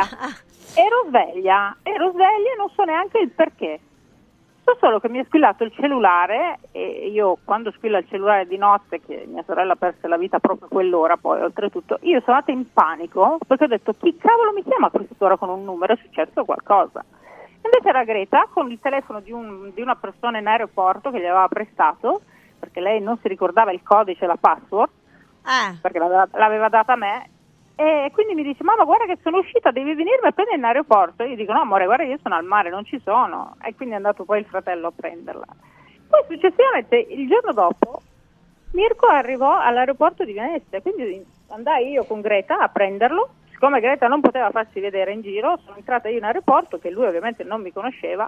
sveglia e non so neanche il perché. So solo che mi è squillato il cellulare, e io quando squilla il cellulare di notte, che mia sorella perse la vita proprio quell'ora, poi oltretutto, io sono andata in panico perché ho detto: chi cavolo mi chiama a quest'ora con un numero? È successo qualcosa. Invece era Greta con il telefono di una persona in aeroporto che gli aveva prestato, perché lei non si ricordava il codice e la password, perché l'aveva data a me. E quindi mi dice: mamma, guarda che sono uscita, devi venirmi a prendere in aeroporto. Io dico: no amore, guarda, io sono al mare, non ci sono. E quindi è andato poi il fratello a prenderla. Poi successivamente, il giorno dopo, Mirko arrivò all'aeroporto di Venezia, quindi andai io con Greta a prenderlo. Siccome Greta non poteva farsi vedere in giro, sono entrata io in aeroporto, che lui ovviamente non mi conosceva.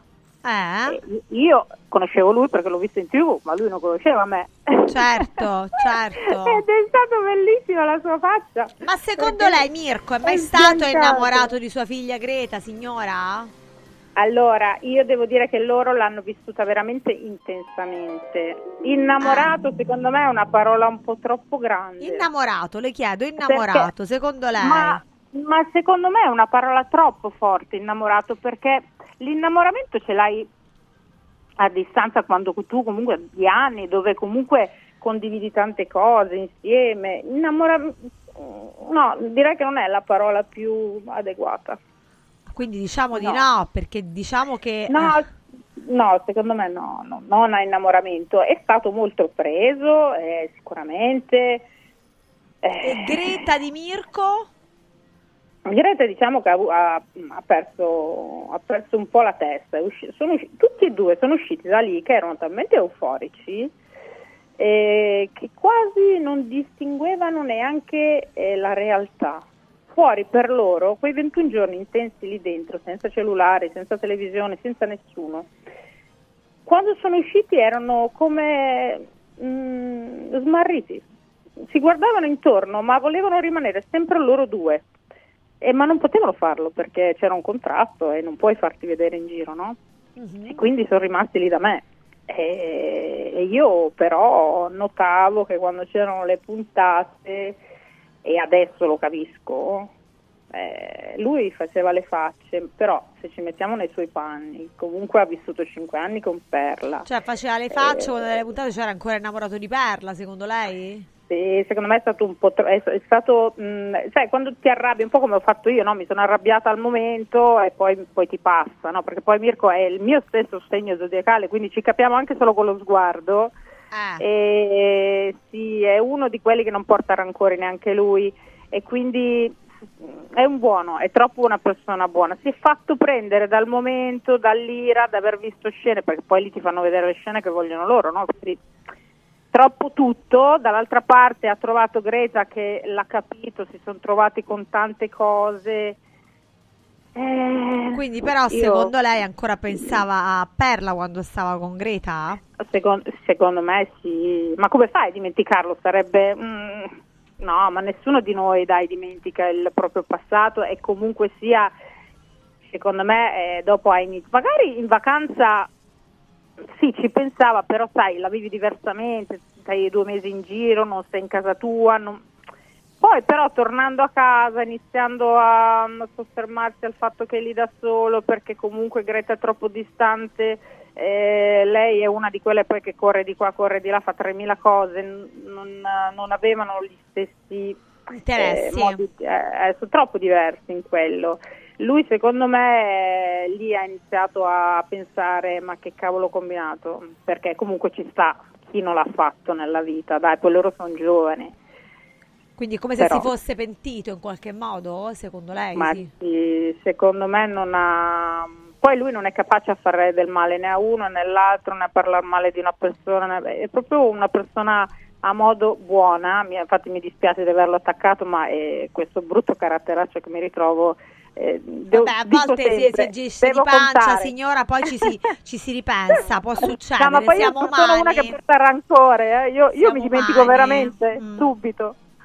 Io conoscevo lui perché l'ho visto in TV, ma lui non conosceva me. Certo. Ed è stato bellissimo la sua faccia. Ma secondo lei Mirko è mai stato innamorato di sua figlia Greta, signora? Allora, io devo dire che loro l'hanno vissuta veramente intensamente. Innamorato, secondo me, è una parola un po' troppo grande. Innamorato, le chiedo, innamorato, secondo lei? Ma secondo me è una parola troppo forte, innamorato, perché l'innamoramento ce l'hai a distanza, quando tu comunque di anni, dove comunque condividi tante cose insieme. No, direi che non è la parola più adeguata. Quindi diciamo di no, perché diciamo che... No, secondo me no, non ha innamoramento. È stato molto preso, sicuramente. E Greta di Mirko? Greta, diciamo che ha perso un po' la testa. Tutti e due sono usciti da lì che erano talmente euforici che quasi non distinguevano neanche la realtà. Fuori per loro, quei 21 giorni intensi lì dentro, senza cellulare, senza televisione, senza nessuno, quando sono usciti erano come smarriti. Si guardavano intorno, ma volevano rimanere sempre loro due. Ma non potevano farlo perché c'era un contratto e non puoi farti vedere in giro, no? Mm-hmm. E quindi sono rimasti lì da me. E io però notavo che quando c'erano le puntate, e adesso lo capisco, lui faceva le facce, però se ci mettiamo nei suoi panni, comunque ha vissuto 5 anni con Perla. Cioè faceva le facce quando nelle puntate c'era ancora innamorato di Perla, secondo lei? Sì, secondo me è stato un po' è stato, sai, quando ti arrabbi, un po' come ho fatto io, no? Mi sono arrabbiata al momento e poi ti passa, no? Perché poi Mirko è il mio stesso segno zodiacale, quindi ci capiamo anche solo con lo sguardo. E sì, è uno di quelli che non porta rancore neanche lui, e quindi è un buono, è troppo una persona buona. Si è fatto prendere dal momento, dall'ira, da aver visto scene, perché poi lì ti fanno vedere le scene che vogliono loro, no? Quindi troppo tutto. Dall'altra parte ha trovato Greta che l'ha capito, si sono trovati con tante cose. Quindi però secondo lei ancora pensava a Perla quando stava con Greta? Secondo me sì, ma come fai a dimenticarlo? Sarebbe no, ma nessuno di noi dimentica il proprio passato, e comunque sia, secondo me dopo magari in vacanza sì, ci pensava, però sai, la vivi diversamente, stai 2 mesi in giro, non sei in casa tua, poi però tornando a casa, iniziando a soffermarsi al fatto che è lì da solo, perché comunque Greta è troppo distante, lei è una di quelle poi che corre di qua, corre di là, fa 3000 cose, non avevano gli stessi interessi, modi, sono troppo diversi in quello. Lui secondo me lì ha iniziato a pensare: ma che cavolo ho combinato? Perché comunque ci sta chi non l'ha fatto nella vita, dai, poi loro sono giovani. Quindi come se si fosse pentito in qualche modo, secondo lei? Ma sì, secondo me non ha... Poi lui non è capace a fare del male né a uno né all'altro, né a parlare male di una persona, è proprio una persona a modo buona. Infatti mi dispiace di averlo attaccato, ma è questo brutto caratteraccio che mi ritrovo. Vabbè, a volte si agisce di pancia, contare. Signora, poi ci si ripensa, può succedere. No, ma poi siamo io sono una che porta rancore, io mi dimentico umani. veramente subito.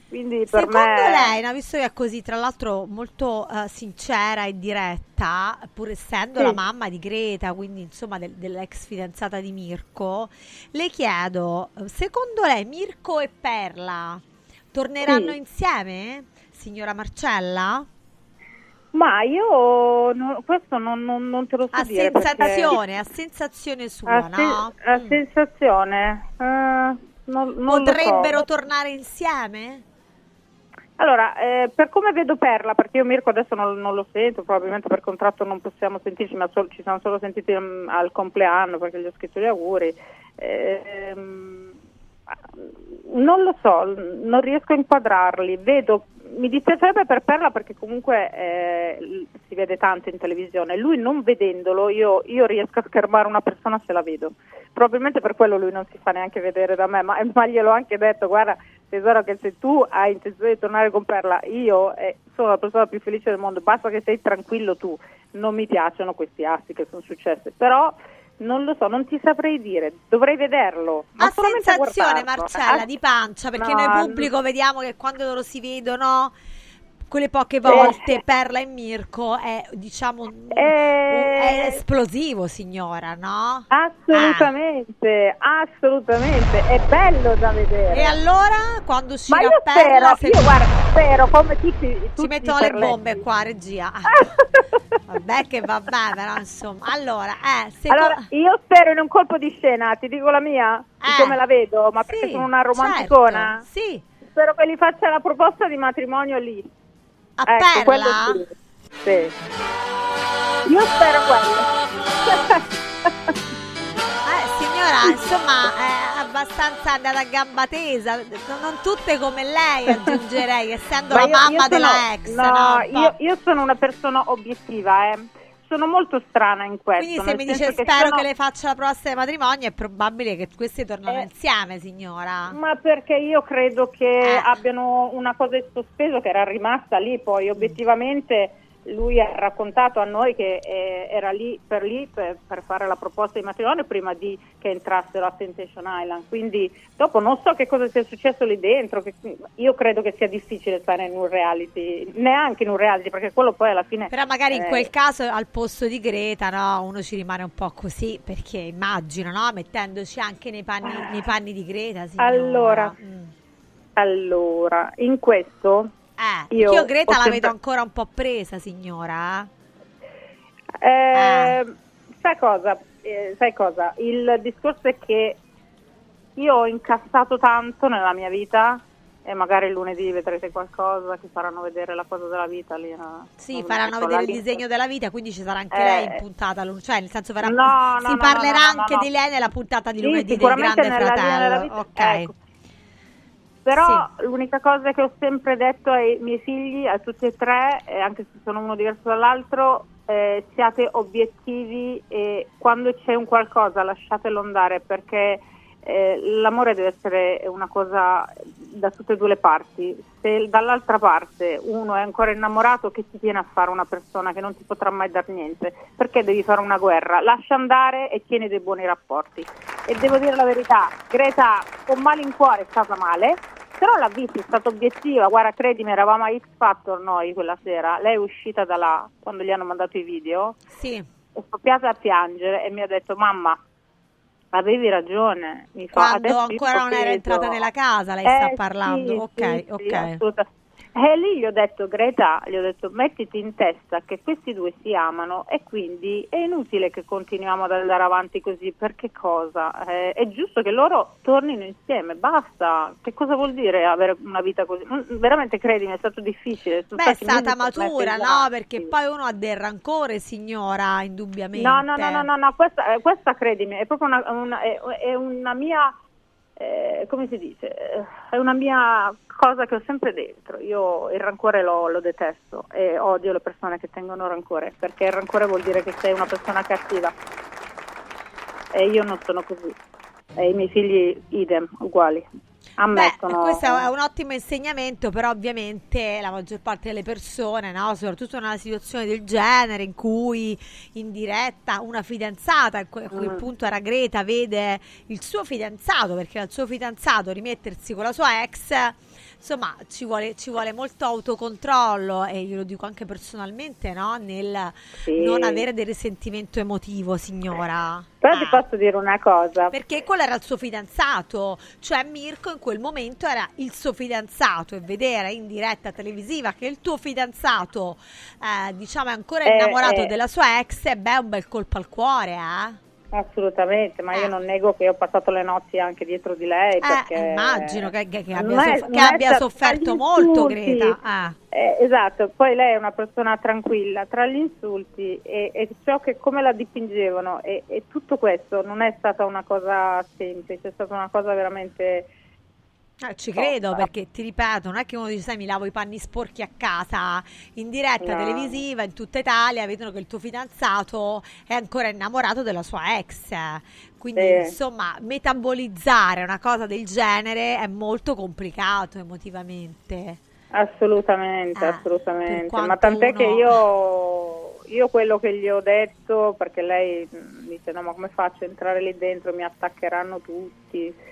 Quindi per Secondo me... lei, no, visto che è così, tra l'altro molto sincera e diretta, pur essendo la mamma di Greta, quindi insomma dell'ex fidanzata di Mirko, le chiedo, secondo lei Mirko e Perla torneranno insieme, signora Marcella? Ma io questo non te lo so dire. A sensazione sua, no? A sensazione. Potrebbero tornare insieme? Allora, per come vedo Perla, perché io Mirko adesso non lo sento, probabilmente per contratto non possiamo sentirci, ma ci siamo solo sentiti al compleanno perché gli ho scritto gli auguri. Non lo so, non riesco a inquadrarli. Mi dispiacerebbe per Perla perché comunque si vede tanto in televisione. Lui non vedendolo, io riesco a schermare una persona se la vedo. Probabilmente per quello lui non si fa neanche vedere da me, ma gliel'ho anche detto, guarda tesoro, che se tu hai intenzione di tornare con Perla, io sono la persona più felice del mondo, basta che sei tranquillo tu. Non mi piacciono questi atti che sono successi, però non lo so, non ti saprei dire, dovrei vederlo. A sensazione, Marcella, di pancia, perché noi pubblico vediamo che quando loro si vedono quelle poche volte Perla e Mirko è, diciamo, è esplosivo, signora, no? Assolutamente, è bello da vedere. E allora quando uscirà io Perla spero come tutti ci mettono le bombe qua, regia. Vabbè, però insomma, allora io spero in un colpo di scena, ti dico la mia, di come la vedo, ma perché sono una romanticona. Certo, sì. Spero che gli faccia la proposta di matrimonio lì. A Perla? Sì. Io spero quello. Signora, insomma, è abbastanza andata a gamba tesa, non tutte come lei, aggiungerei, essendo la mamma della ex. No, io sono una persona obiettiva, sono molto strana in questo. Quindi se mi dice spero che le faccia la proposta di matrimonio, è probabile che questi tornano insieme, signora. Ma perché io credo che abbiano una cosa in sospeso che era rimasta lì, poi obiettivamente lui ha raccontato a noi che era lì per fare la proposta di matrimonio prima di che entrassero a Temptation Island, quindi dopo non so che cosa sia successo lì dentro, io credo che sia difficile stare in un reality, neanche in un reality, perché quello poi alla fine... Però magari in quel caso al posto di Greta, no, uno ci rimane un po' così, perché immagino, no, mettendoci anche nei panni di Greta, signora. Allora, in questo... Io Greta la vedo ancora un po' presa, signora. Sai cosa? Il discorso è che io ho incassato tanto nella mia vita e magari lunedì vedrete qualcosa che faranno vedere la cosa della vita lì. Sì, faranno vedere il disegno della vita, quindi ci sarà anche lei in puntata, cioè nel senso si parlerà anche di lei nella puntata di lunedì del Grande Fratello. Ok. Ecco. Però l'unica cosa che ho sempre detto ai miei figli, a tutti e tre, anche se sono uno diverso dall'altro, siate obiettivi e quando c'è un qualcosa lasciatelo andare, perché l'amore deve essere una cosa da tutte e due le parti. Se dall'altra parte uno è ancora innamorato, che ti tiene a fare una persona che non ti potrà mai dar niente? Perché devi fare una guerra? Lascia andare e tieni dei buoni rapporti. E devo dire la verità, Greta con malincuore è stata male, però l'ha vista, è stata obiettiva. Guarda, credimi, eravamo a X Factor noi quella sera, lei è uscita da là quando gli hanno mandato i video, è scoppiata a piangere e mi ha detto: mamma, avevi ragione. Quando ancora non era entrata nella casa, lei sta parlando. Sì, assolutamente. E lì gli ho detto: Greta, mettiti in testa che questi due si amano e quindi è inutile che continuiamo ad andare avanti così, perché cosa? È giusto che loro tornino insieme, basta. Che cosa vuol dire avere una vita così? Veramente, credimi, è stato difficile. È stata matura, no? Perché poi uno ha del rancore, signora, indubbiamente. No, questa credimi, è proprio una mia... come si dice, è una mia cosa che ho sempre dentro. Io il rancore lo detesto e odio le persone che tengono rancore, perché il rancore vuol dire che sei una persona cattiva e io non sono così, e i miei figli idem, uguali. Ammettono. Questo è un ottimo insegnamento, però ovviamente la maggior parte delle persone, no, soprattutto in una situazione del genere in cui in diretta una fidanzata, a quel punto era Greta, vede il suo fidanzato, perché era il suo fidanzato, rimettersi con la sua ex, insomma ci vuole molto autocontrollo, e io lo dico anche personalmente, no? Nel non avere del risentimento emotivo, signora. Però ti posso dire una cosa. Perché quello era il suo fidanzato, cioè Mirko in quel momento era il suo fidanzato, e vedere in diretta televisiva che il tuo fidanzato diciamo è ancora innamorato della sua ex, è un bel colpo al cuore, Assolutamente, ma io non nego che ho passato le notti anche dietro di lei, perché immagino che abbia sofferto molto, Greta. Esatto, poi lei è una persona tranquilla, tra gli insulti e ciò che come la dipingevano e tutto questo non è stata una cosa semplice, è stata una cosa veramente... Ci credo, perché ti ripeto, non è che uno dice sai mi lavo i panni sporchi a casa, in diretta televisiva in tutta Italia vedono che il tuo fidanzato è ancora innamorato della sua ex, quindi insomma metabolizzare una cosa del genere è molto complicato emotivamente. Assolutamente, ma tant'è che io quello che gli ho detto, perché lei dice no ma come faccio a entrare lì dentro, mi attaccheranno tutti.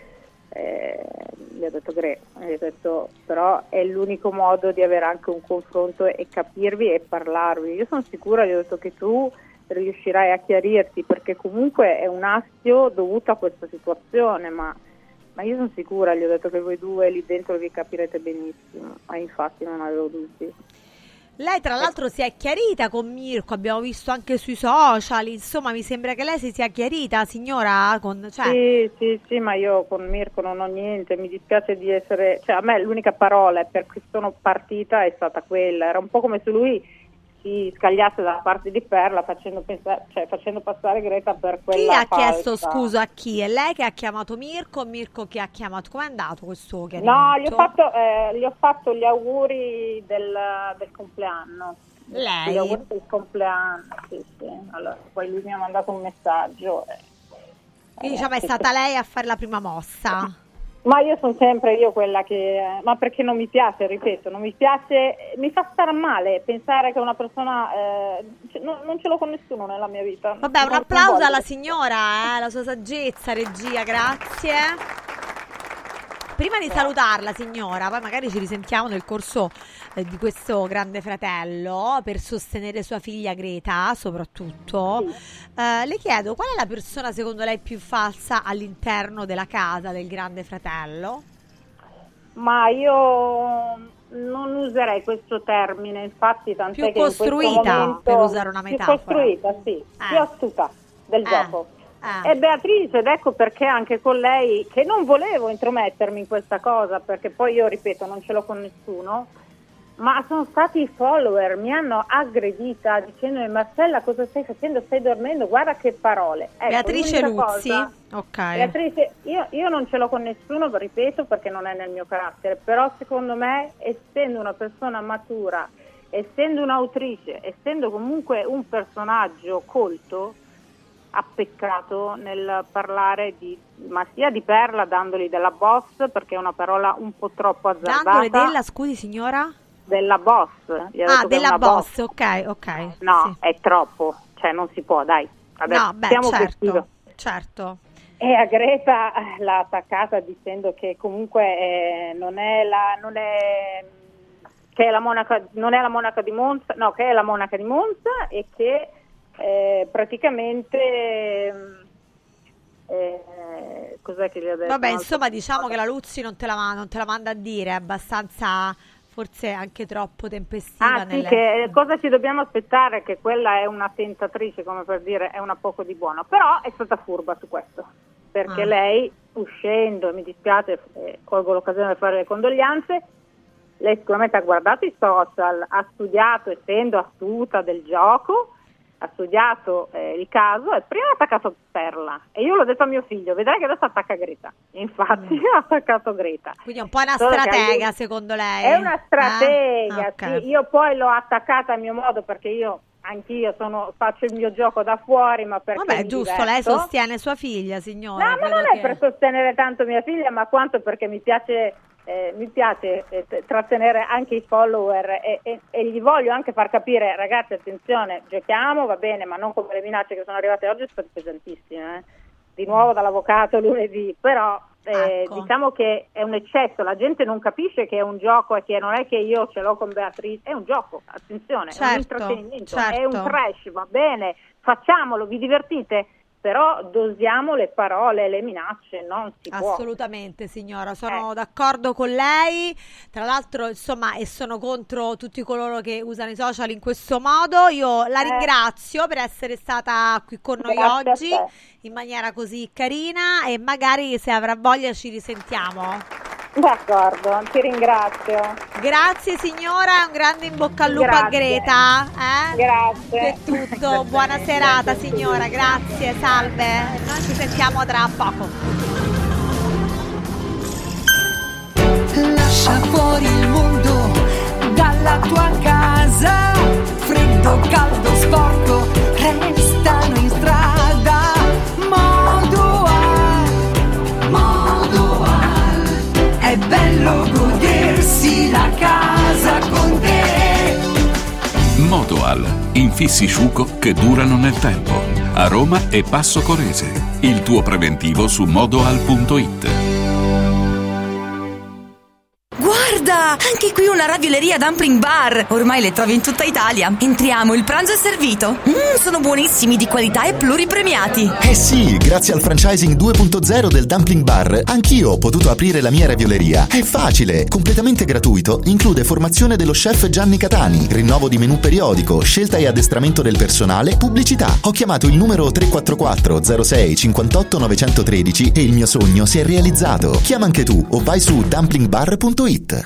Gli ho detto però è l'unico modo di avere anche un confronto e capirvi e parlarvi. Io sono sicura, gli ho detto, che tu riuscirai a chiarirti, perché comunque è un astio dovuto a questa situazione, ma io sono sicura, gli ho detto, che voi due lì dentro vi capirete benissimo, infatti non avevo dubbi. Lei tra l'altro si è chiarita con Mirko, abbiamo visto anche sui social, insomma mi sembra che lei si sia chiarita, signora? Sì, ma io con Mirko non ho niente, mi dispiace di essere, a me l'unica parola per cui sono partita è stata quella, era un po' come se lui si scagliasse dalla parte di Perla facendo passare Greta per quella Chi ha falsa. chiesto scusa a chi? È lei che ha chiamato Mirko che ha chiamato? Com'è andato questo chiarimento? No, gli ho fatto gli auguri del compleanno. Lei? Gli auguri del compleanno, sì. Allora, poi lui mi ha mandato un messaggio. Quindi diciamo è stata lei a fare la prima mossa. Ma io sono sempre quella che... ma perché non mi piace, ripeto, non mi piace, mi fa stare male pensare che una persona... non ce l'ho con nessuno nella mia vita. Vabbè, un applauso alla signora, la sua saggezza, regia, grazie. Prima di salutarla, signora, poi magari ci risentiamo nel corso di questo Grande Fratello per sostenere sua figlia Greta, soprattutto. Le chiedo, qual è la persona secondo lei più falsa all'interno della casa del Grande Fratello? Ma io non userei questo termine, infatti, tant'è più che costruita, in questo momento, per usare una metafora. Più costruita, sì, più astuta del gioco. E Beatrice, ed ecco perché anche con lei, che non volevo intromettermi in questa cosa, perché poi io, ripeto, non ce l'ho con nessuno, ma sono stati i follower, mi hanno aggredita dicendomi: Marcella, cosa stai facendo? Stai dormendo? Guarda che parole. Ecco, Beatrice Luzzi? Ok. Beatrice, io non ce l'ho con nessuno, ripeto, perché non è nel mio carattere, però secondo me, essendo una persona matura, essendo un'autrice, essendo comunque un personaggio colto, ha peccato nel parlare ma sia di Perla, dandogli della boss, perché è una parola un po' troppo azzardata. Dandole della, scusi signora? Della boss. Della boss, ok. No, sì. È troppo, non si può, dai. Adesso certo. E a Greta l'ha attaccata dicendo che comunque non è la monaca di Monza, no, che è la monaca di Monza, e che praticamente cos'è che gli ho detto? Vabbè, insomma, diciamo che la Luzzi non te la manda a dire, è abbastanza, forse anche troppo tempestiva. Che cosa ci dobbiamo aspettare? Che quella è una tentatrice, come per dire, è una poco di buono, però è stata furba su questo, perché lei, uscendo, mi dispiace, colgo l'occasione per fare le condoglianze, lei sicuramente ha guardato i social, ha studiato, essendo astuta del gioco, ha studiato il caso e prima ha attaccato Perla, e io l'ho detto a mio figlio: vedrai che adesso attacca Greta. Infatti ha attaccato Greta. Quindi è un po' una stratega, secondo lei? È una stratega, okay. Sì. Io poi l'ho attaccata a mio modo, perché anch'io faccio il mio gioco da fuori, ma perché vabbè, giusto, lei sostiene sua figlia, signora. No, ma non è per sostenere tanto mia figlia, ma quanto perché mi piace trattenere anche i follower e gli voglio anche far capire: ragazzi, attenzione, giochiamo, va bene, ma non come le minacce che sono arrivate oggi, sono pesantissime. di nuovo dall'avvocato lunedì, però Ecco. diciamo che è un eccesso, la gente non capisce che è un gioco e che non è che io ce l'ho con Beatrice, è un gioco, attenzione, è un Certo, intrattenimento, certo. è un trash, va bene, facciamolo, vi divertite, però dosiamo le parole e le minacce, non si può. Assolutamente signora, sono d'accordo con lei, tra l'altro insomma, e sono contro tutti coloro che usano i social in questo modo. Io la ringrazio per essere stata qui con noi Grazie oggi a te. in maniera così carina, e magari se avrà voglia ci risentiamo. D'accordo, ti ringrazio. Grazie signora, un grande in bocca al lupo a Grazie. Greta. Grazie. È tutto, buona serata signora, grazie, salve. Noi ci sentiamo tra poco. Lascia fuori il mondo dalla tua casa, freddo, caldo, sporco, restano in strada. Modoal, è bello godersi la casa con te. Modoal, infissi sciuco che durano nel tempo. A Roma e Passo Corese. Il tuo preventivo su modoal.it. Guarda, anche qui una ravioleria Dumpling Bar. Ormai le trovi in tutta Italia. Entriamo, il pranzo è servito. Sono buonissimi, di qualità e pluripremiati. Eh sì, grazie al franchising 2.0 del Dumpling Bar, anch'io ho potuto aprire la mia ravioleria. È facile, completamente gratuito, include formazione dello chef Gianni Catani, rinnovo di menù periodico, scelta e addestramento del personale, pubblicità. Ho chiamato il numero 344 06 58 913 e il mio sogno si è realizzato. Chiama anche tu o vai su dumplingbar.it.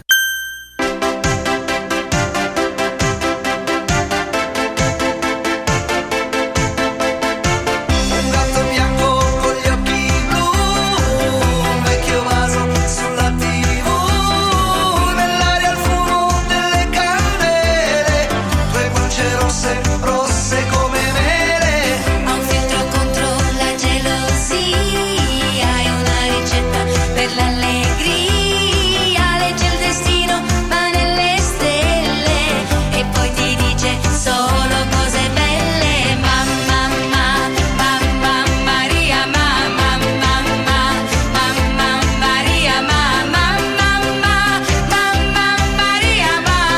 Un gatto bianco con gli occhi blu, un vecchio vaso sulla TV, nell'aria il fumo delle candele, due guance rosse, rosse come mele. Ho un filtro contro la gelosia e una ricetta per l'allegria. Legge il destino, va nelle stelle e poi ti dice solo cose belle. Mamma Maria, mamma Maria, mamma Maria,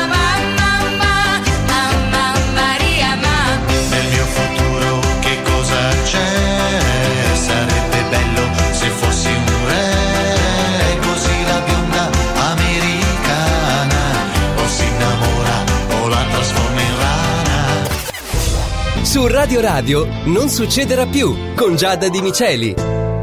mamma Maria, Nel mio futuro che cosa c'è? Sarebbe bello se fossi un re, così la bionda americana o si innamora o la trasforma in rana. Su Radio Radio non succederà più con Giada Di Miceli.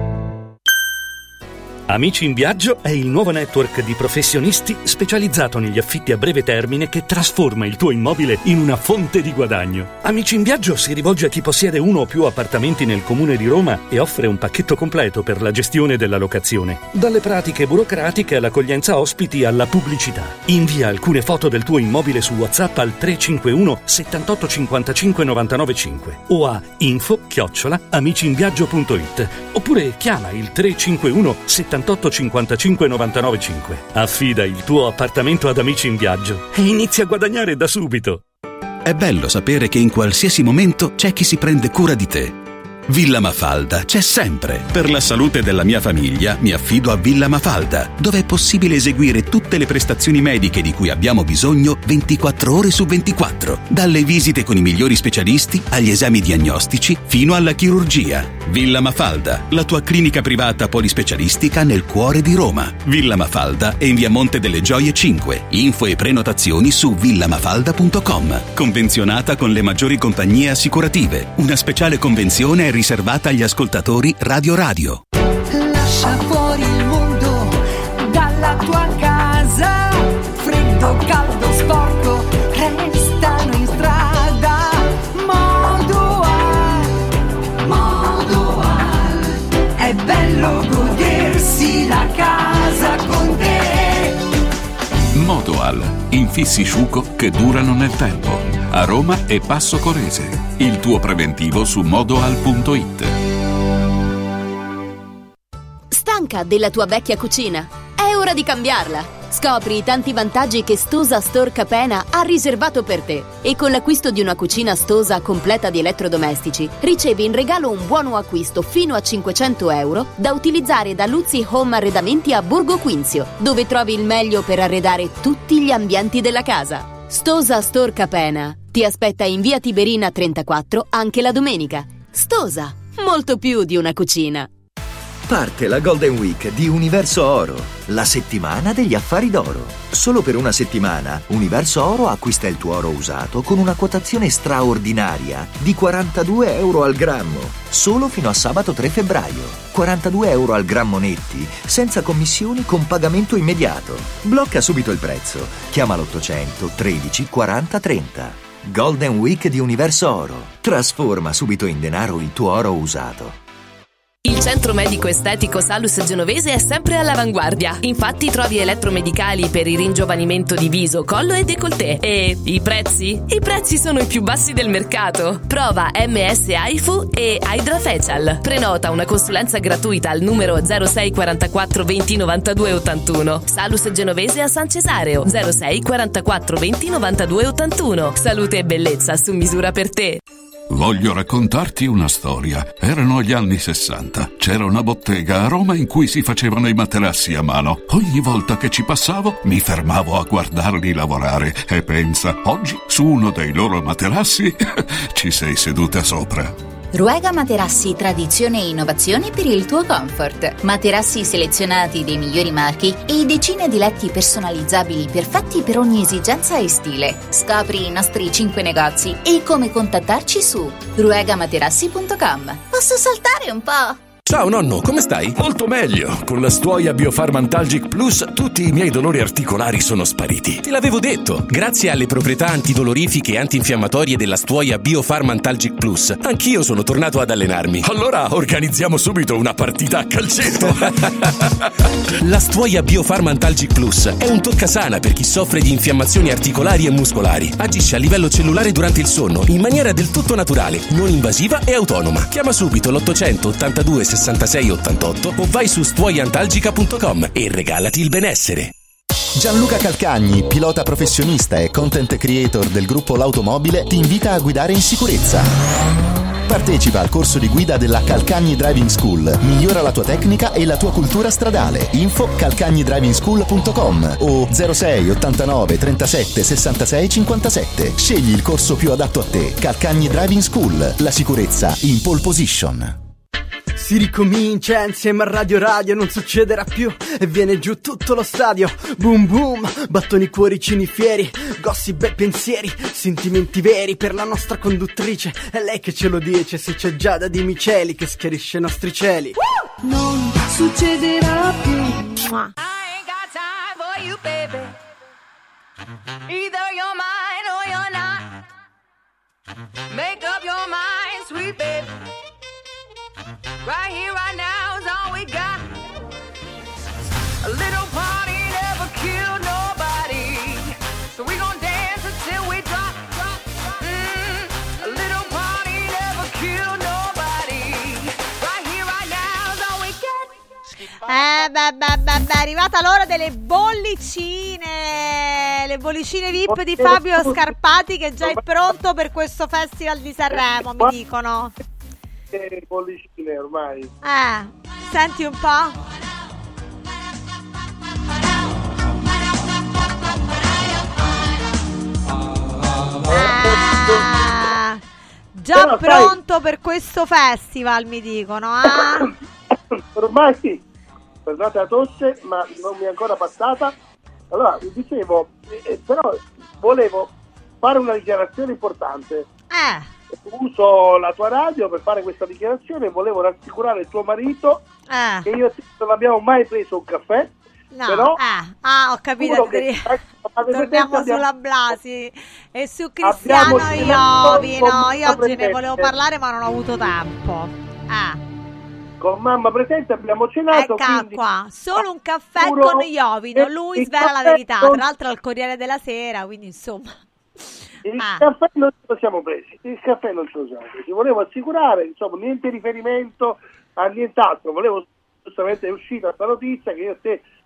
Amici in Viaggio è il nuovo network di professionisti specializzato negli affitti a breve termine che trasforma il tuo immobile in una fonte di guadagno. Amici in Viaggio si rivolge a chi possiede uno o più appartamenti nel comune di Roma e offre un pacchetto completo per la gestione della locazione. Dalle pratiche burocratiche all'accoglienza ospiti alla pubblicità. Invia alcune foto del tuo immobile su WhatsApp al 351 78 55 99 5 o a info@amiciinviaggio.it oppure chiama il 351 78 55 99 5. Affida il tuo appartamento ad Amici in Viaggio e inizia a guadagnare da subito. È bello sapere che in qualsiasi momento c'è chi si prende cura di te. Villa Mafalda c'è sempre. Per la salute della mia famiglia mi affido a Villa Mafalda, dove è possibile eseguire tutte le prestazioni mediche di cui abbiamo bisogno 24 ore su 24. Dalle visite con i migliori specialisti agli esami diagnostici fino alla chirurgia. Villa Mafalda, la tua clinica privata polispecialistica nel cuore di Roma. Villa Mafalda è in via Monte delle Gioie 5. Info e prenotazioni su villamafalda.com. Convenzionata con le maggiori compagnie assicurative. Una speciale convenzione è riservata agli ascoltatori Radio Radio. Lascia fuori il mondo dalla tua casa, freddo, caldo, sporco, restano in strada. Modoal, è bello godersi la casa con te. Modoal, infissi sciuco che durano nel tempo. A Roma e Passo Corese. Il tuo preventivo su modoal.it. Stanca della tua vecchia cucina? È ora di cambiarla. Scopri i tanti vantaggi che Stosa Store Capena ha riservato per te. E con l'acquisto di una cucina Stosa completa di elettrodomestici, ricevi in regalo un buono acquisto fino a €500 da utilizzare da Luzzi Home Arredamenti a Borgo Quinzio, dove trovi il meglio per arredare tutti gli ambienti della casa. Stosa Store Capena ti aspetta in via Tiberina 34 anche la domenica. Stosa, molto più di una cucina. Parte la Golden Week di Universo Oro, la settimana degli affari d'oro. Solo per una settimana Universo Oro acquista il tuo oro usato con una quotazione straordinaria di €42 al grammo, solo fino a sabato 3 febbraio. €42 al grammo netti, senza commissioni, con pagamento immediato. Blocca subito il prezzo. Chiama l'800 13 40 30. Golden Week di Universo Oro. Trasforma subito in denaro il tuo oro usato. Il centro medico estetico Salus Genovese è sempre all'avanguardia. Infatti trovi elettromedicali per il ringiovanimento di viso, collo e décolleté. E i prezzi? I prezzi sono i più bassi del mercato. Prova MS AIFU e Hydra Facial. Prenota una consulenza gratuita al numero 06 44 20 92 81. Salus Genovese a San Cesareo 06 44 20 92 81. Salute e bellezza su misura per te. Voglio raccontarti una storia. Erano gli anni 60. C'era una bottega a Roma in cui si facevano i materassi a mano. Ogni volta che ci passavo mi fermavo a guardarli lavorare e pensa, oggi su uno dei loro materassi ci sei seduta sopra. Ruega Materassi, tradizione e innovazione per il tuo comfort. Materassi selezionati dei migliori marchi e decine di letti personalizzabili perfetti per ogni esigenza e stile. Scopri i nostri 5 negozi e come contattarci su ruegamaterassi.com. Posso saltare un po'? Ciao nonno, come stai? Molto meglio. Con la Stuoia Biofarm Antalgic Plus tutti i miei dolori articolari sono spariti. Te l'avevo detto. Grazie alle proprietà antidolorifiche e antinfiammatorie della Stuoia Biofarm Antalgic Plus, anch'io sono tornato ad allenarmi. Allora organizziamo subito una partita a calcetto. La Stuoia Biofarm Antalgic Plus è un toccasana per chi soffre di infiammazioni articolari e muscolari. Agisce a livello cellulare durante il sonno in maniera del tutto naturale, non invasiva e autonoma. Chiama subito l'800 82 66 88 o vai su stuoiantalgica.com e regalati il benessere. Gianluca Calcagni, pilota professionista e content creator del gruppo L'Automobile, ti invita a guidare in sicurezza. Partecipa al corso di guida della Calcagni Driving School. Migliora la tua tecnica e la tua cultura stradale. Info calcagnidrivingschool.com o 06 89 37 66 57. Scegli il corso più adatto a te. Calcagni Driving School. La sicurezza in pole position. Si ricomincia insieme a Radio Radio, non succederà più e viene giù tutto lo stadio. Boom boom, battoni, cuoricini fieri, gossip e pensieri, sentimenti veri per la nostra conduttrice. È lei che ce lo dice, se c'è Giada Di Miceli che schiarisce i nostri cieli. Non succederà più. I ain't got time for you, baby. Either you're mine or you're not. Make up your mind, sweet baby. Right here, right now is all we got. A little party never killed nobody, so we gon' dance until we drop, drop, drop. A little party never killed nobody. Right here, right now is all we get. È arrivata l'ora delle bollicine. Le bollicine VIP di Fabio Scarpati, che già è pronto per questo Festival di Sanremo, mi dicono. Bollicine ormai. Senti un po'. Già però pronto sai, per questo festival, mi dicono. Ormai sì. Perdonate la tosse, ma non mi è ancora passata. Allora, vi dicevo, però volevo fare una dichiarazione importante. Uso la tua radio per fare questa dichiarazione e volevo rassicurare il tuo marito che io non abbiamo mai preso un caffè. No, però ho capito. Torniamo sulla Blasi e su Cristiano Iovino. Io oggi ne volevo parlare ma non ho avuto tempo. Con mamma presente abbiamo cenato. Ecco qua, solo un caffè con Iovino. Lui svela la verità, tra l'altro al Corriere della Sera, quindi insomma. Il caffè non ce lo siamo presi, il caffè non ce lo siamo presi, volevo assicurare, insomma, niente riferimento a nient'altro, volevo giustamente, è uscita questa notizia che io e te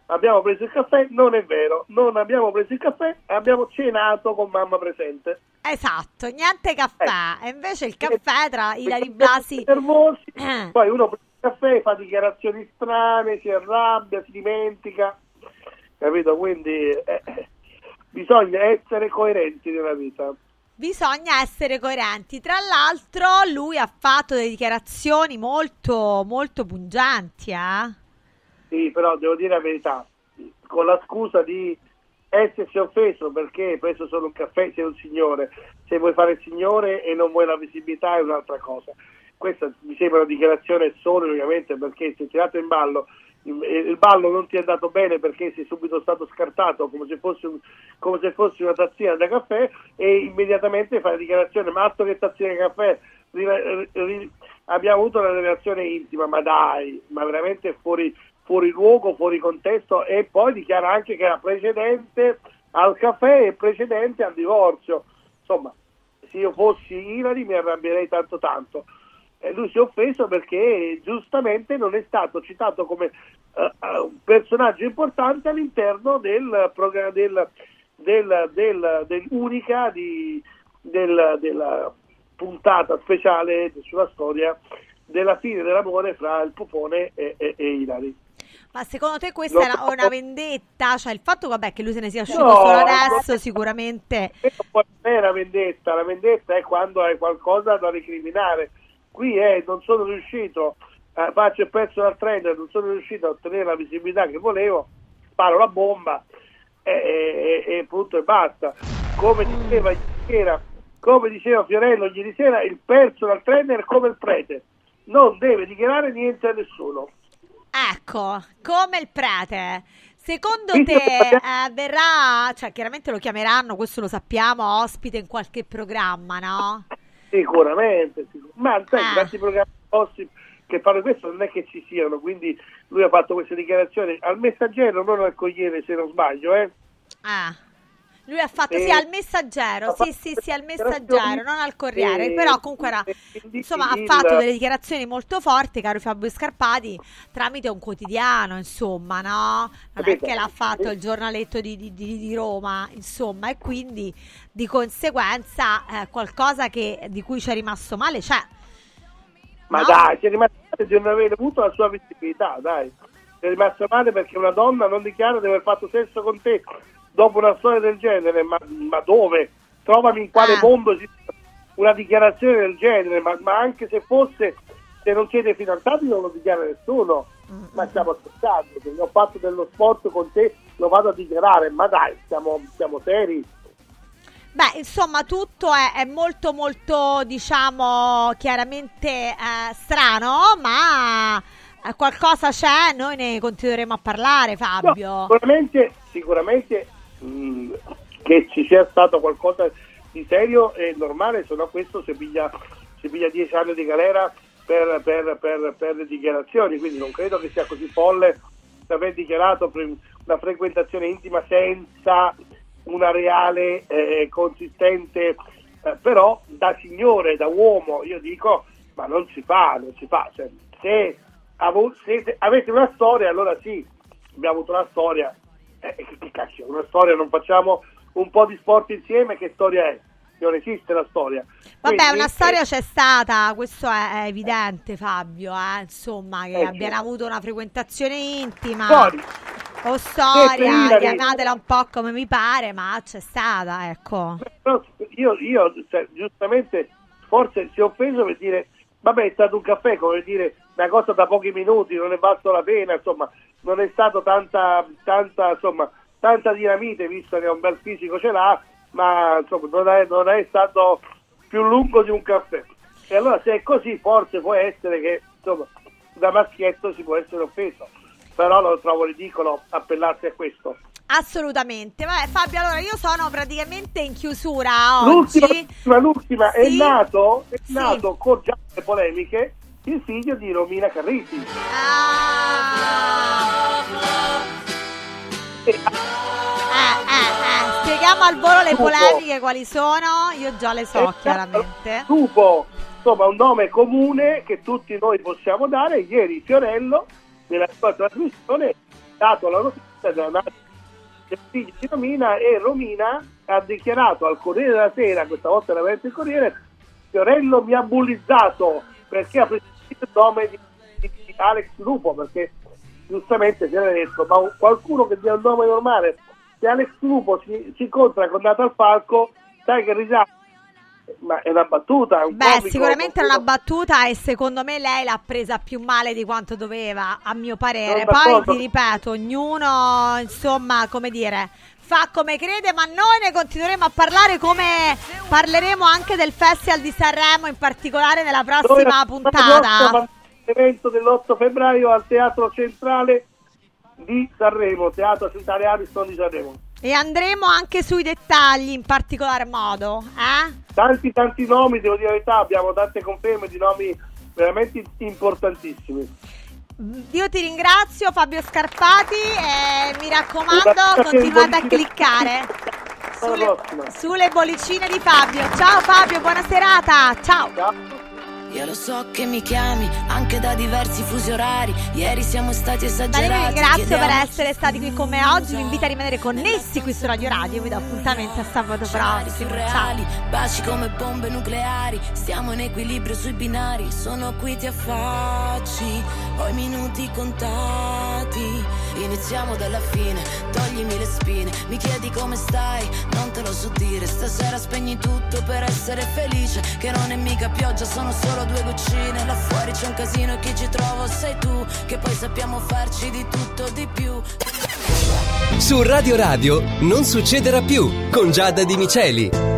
abbiamo preso il caffè, non è vero, non abbiamo preso il caffè, abbiamo cenato con mamma presente. Esatto, niente caffè. E invece il caffè tra Ilari Blasi... nervosi, poi uno prende il caffè, fa dichiarazioni strane, si arrabbia, si dimentica, capito? Quindi bisogna essere coerenti nella vita. Bisogna essere coerenti. Tra l'altro lui ha fatto delle dichiarazioni molto, molto pungenti, Sì, però devo dire la verità, con la scusa di essersi offeso perché hai preso solo un caffè, sei un signore. Se vuoi fare il signore e non vuoi la visibilità è un'altra cosa. Questa mi sembra una dichiarazione solo ovviamente perché sei tirato in ballo. Il ballo non ti è andato bene perché sei subito stato scartato come se fossi una tazzina da caffè e immediatamente fai la dichiarazione, ma altro che tazzina di caffè, abbiamo avuto una relazione intima, ma dai, ma veramente fuori luogo, fuori contesto, e poi dichiara anche che era precedente al caffè e precedente al divorzio. Insomma, se io fossi Ilari mi arrabbierei tanto. E lui si è offeso perché giustamente non è stato citato come un personaggio importante all'interno del programma dell'unica della puntata speciale sulla storia della fine dell'amore fra il Pupone e Ilari. Ma secondo te questa era una vendetta? Cioè il fatto che lui se ne sia uscito solo adesso sicuramente... Non è una vendetta, la vendetta è quando hai qualcosa da recriminare. Qui non sono riuscito, faccio il pezzo dal trainer, non sono riuscito a ottenere la visibilità che volevo, sparo la bomba e punto e basta. Come diceva Fiorello ieri sera, il personal trainer è come il prete, non deve dichiarare niente a nessuno. Ecco, come il prete. Secondo te verrà, cioè chiaramente lo chiameranno, questo lo sappiamo, ospite in qualche programma, no? Sicuramente. Ma tanti programmi che fanno questo non è che ci siano, quindi lui ha fatto queste dichiarazioni al Messaggero, non al Corriere se non sbaglio. Lui ha fatto al Messaggero, sì, al Messaggero, non al Corriere, però comunque ha fatto delle dichiarazioni molto forti, caro Fabio Scarpati, tramite un quotidiano, insomma, no? Non è che l'ha fatto il giornaletto di Roma, insomma, e quindi di conseguenza qualcosa di cui ci è rimasto male c'è. Ma no? Dai, ci è rimasto male di non aver avuto la sua visibilità, dai. Ci è rimasto male perché una donna non dichiara di aver fatto sesso con te dopo una storia del genere, ma dove? Trovami in quale mondo esiste una dichiarazione del genere, ma anche se non siete fidanzati non lo dichiara nessuno. Ma stiamo scherzando, se ho fatto dello sport con te lo vado a dichiarare, ma dai, siamo seri. Beh, insomma, tutto è molto molto, diciamo, chiaramente strano, ma qualcosa c'è, noi ne continueremo a parlare, Fabio. No, sicuramente che ci sia stato qualcosa di serio è normale, se no questo si piglia 10 anni di galera per le dichiarazioni, quindi non credo che sia così folle aver dichiarato una frequentazione intima senza una reale consistente, però da signore, da uomo io dico, ma non si fa, cioè, se avete una storia, allora sì, abbiamo avuto una storia, che cacchio, una storia, non facciamo un po' di sport insieme, che storia è? Non esiste la storia. Vabbè, quindi, una storia c'è stata, questo è evidente, Fabio, insomma, che abbiano avuto una frequentazione intima o storia, chiamatela un po' come mi pare, ma c'è stata, ecco. Però io cioè, giustamente forse si è offeso per dire vabbè, è stato un caffè, come dire una cosa da pochi minuti, non è valso la pena, insomma, non è stato tanta dinamite, visto che un bel fisico ce l'ha, ma insomma non è stato più lungo di un caffè. E allora se è così forse può essere che insomma da maschietto si può essere offeso, però lo trovo ridicolo appellarsi a questo. Assolutamente. Vabbè, Fabio, allora io sono praticamente in chiusura oggi. L'ultima sì. è nato con già le polemiche il figlio di Romina Carriti. Spieghiamo al volo le polemiche quali sono, io già le so chiaramente. Lupo, insomma un nome comune che tutti noi possiamo dare. Ieri Fiorello nella sua trasmissione ha dato la notizia del figlio di Romina, e Romina ha dichiarato al Corriere della Sera, questa volta era veramente il Corriere: Fiorello mi ha bullizzato perché ha preso il nome di Alex Lupo, perché giustamente si era detto, ma qualcuno che dia un nome normale, se Alex Lupo si incontra con Natal Falco, sai che risate. Ma è una battuta, sicuramente è una battuta, e secondo me lei l'ha presa più male di quanto doveva, a mio parere. Poi ti ripeto, ognuno, insomma, come dire, fa come crede, ma noi ne continueremo a parlare, come parleremo anche del Festival di Sanremo, in particolare nella prossima puntata. L'evento dell'8 febbraio al Teatro Centrale di Sanremo, Teatro Centrale Ariston di Sanremo. E andremo anche sui dettagli in particolar modo, Tanti nomi, devo dire la verità, abbiamo tante conferme di nomi veramente importantissimi. Io ti ringrazio, Fabio Scarpati, e mi raccomando, continuate a cliccare sulle bollicine di Fabio. Ciao Fabio, buona serata, ciao. Io lo so che mi chiami anche da diversi fusi orari. Ieri siamo stati esagerati. Vi ringrazio per essere stati qui con me oggi. Vi invito a rimanere connessi qui su Radio Radio. Vi do appuntamento a sabato prossimo. Ciao. Baci come bombe nucleari. Stiamo in equilibrio sui binari. Sono qui, ti affacci. Ho i minuti contati. Iniziamo dalla fine. Toglimi le spine. Mi chiedi come stai, non te lo so dire. Stasera spegni tutto per essere felice. Che non è mica pioggia, sono solo 2 goccine. Là fuori c'è un casino e chi ci trovo sei tu. Che poi sappiamo farci di tutto di più. Su Radio Radio non succederà più con Giada Di Miceli.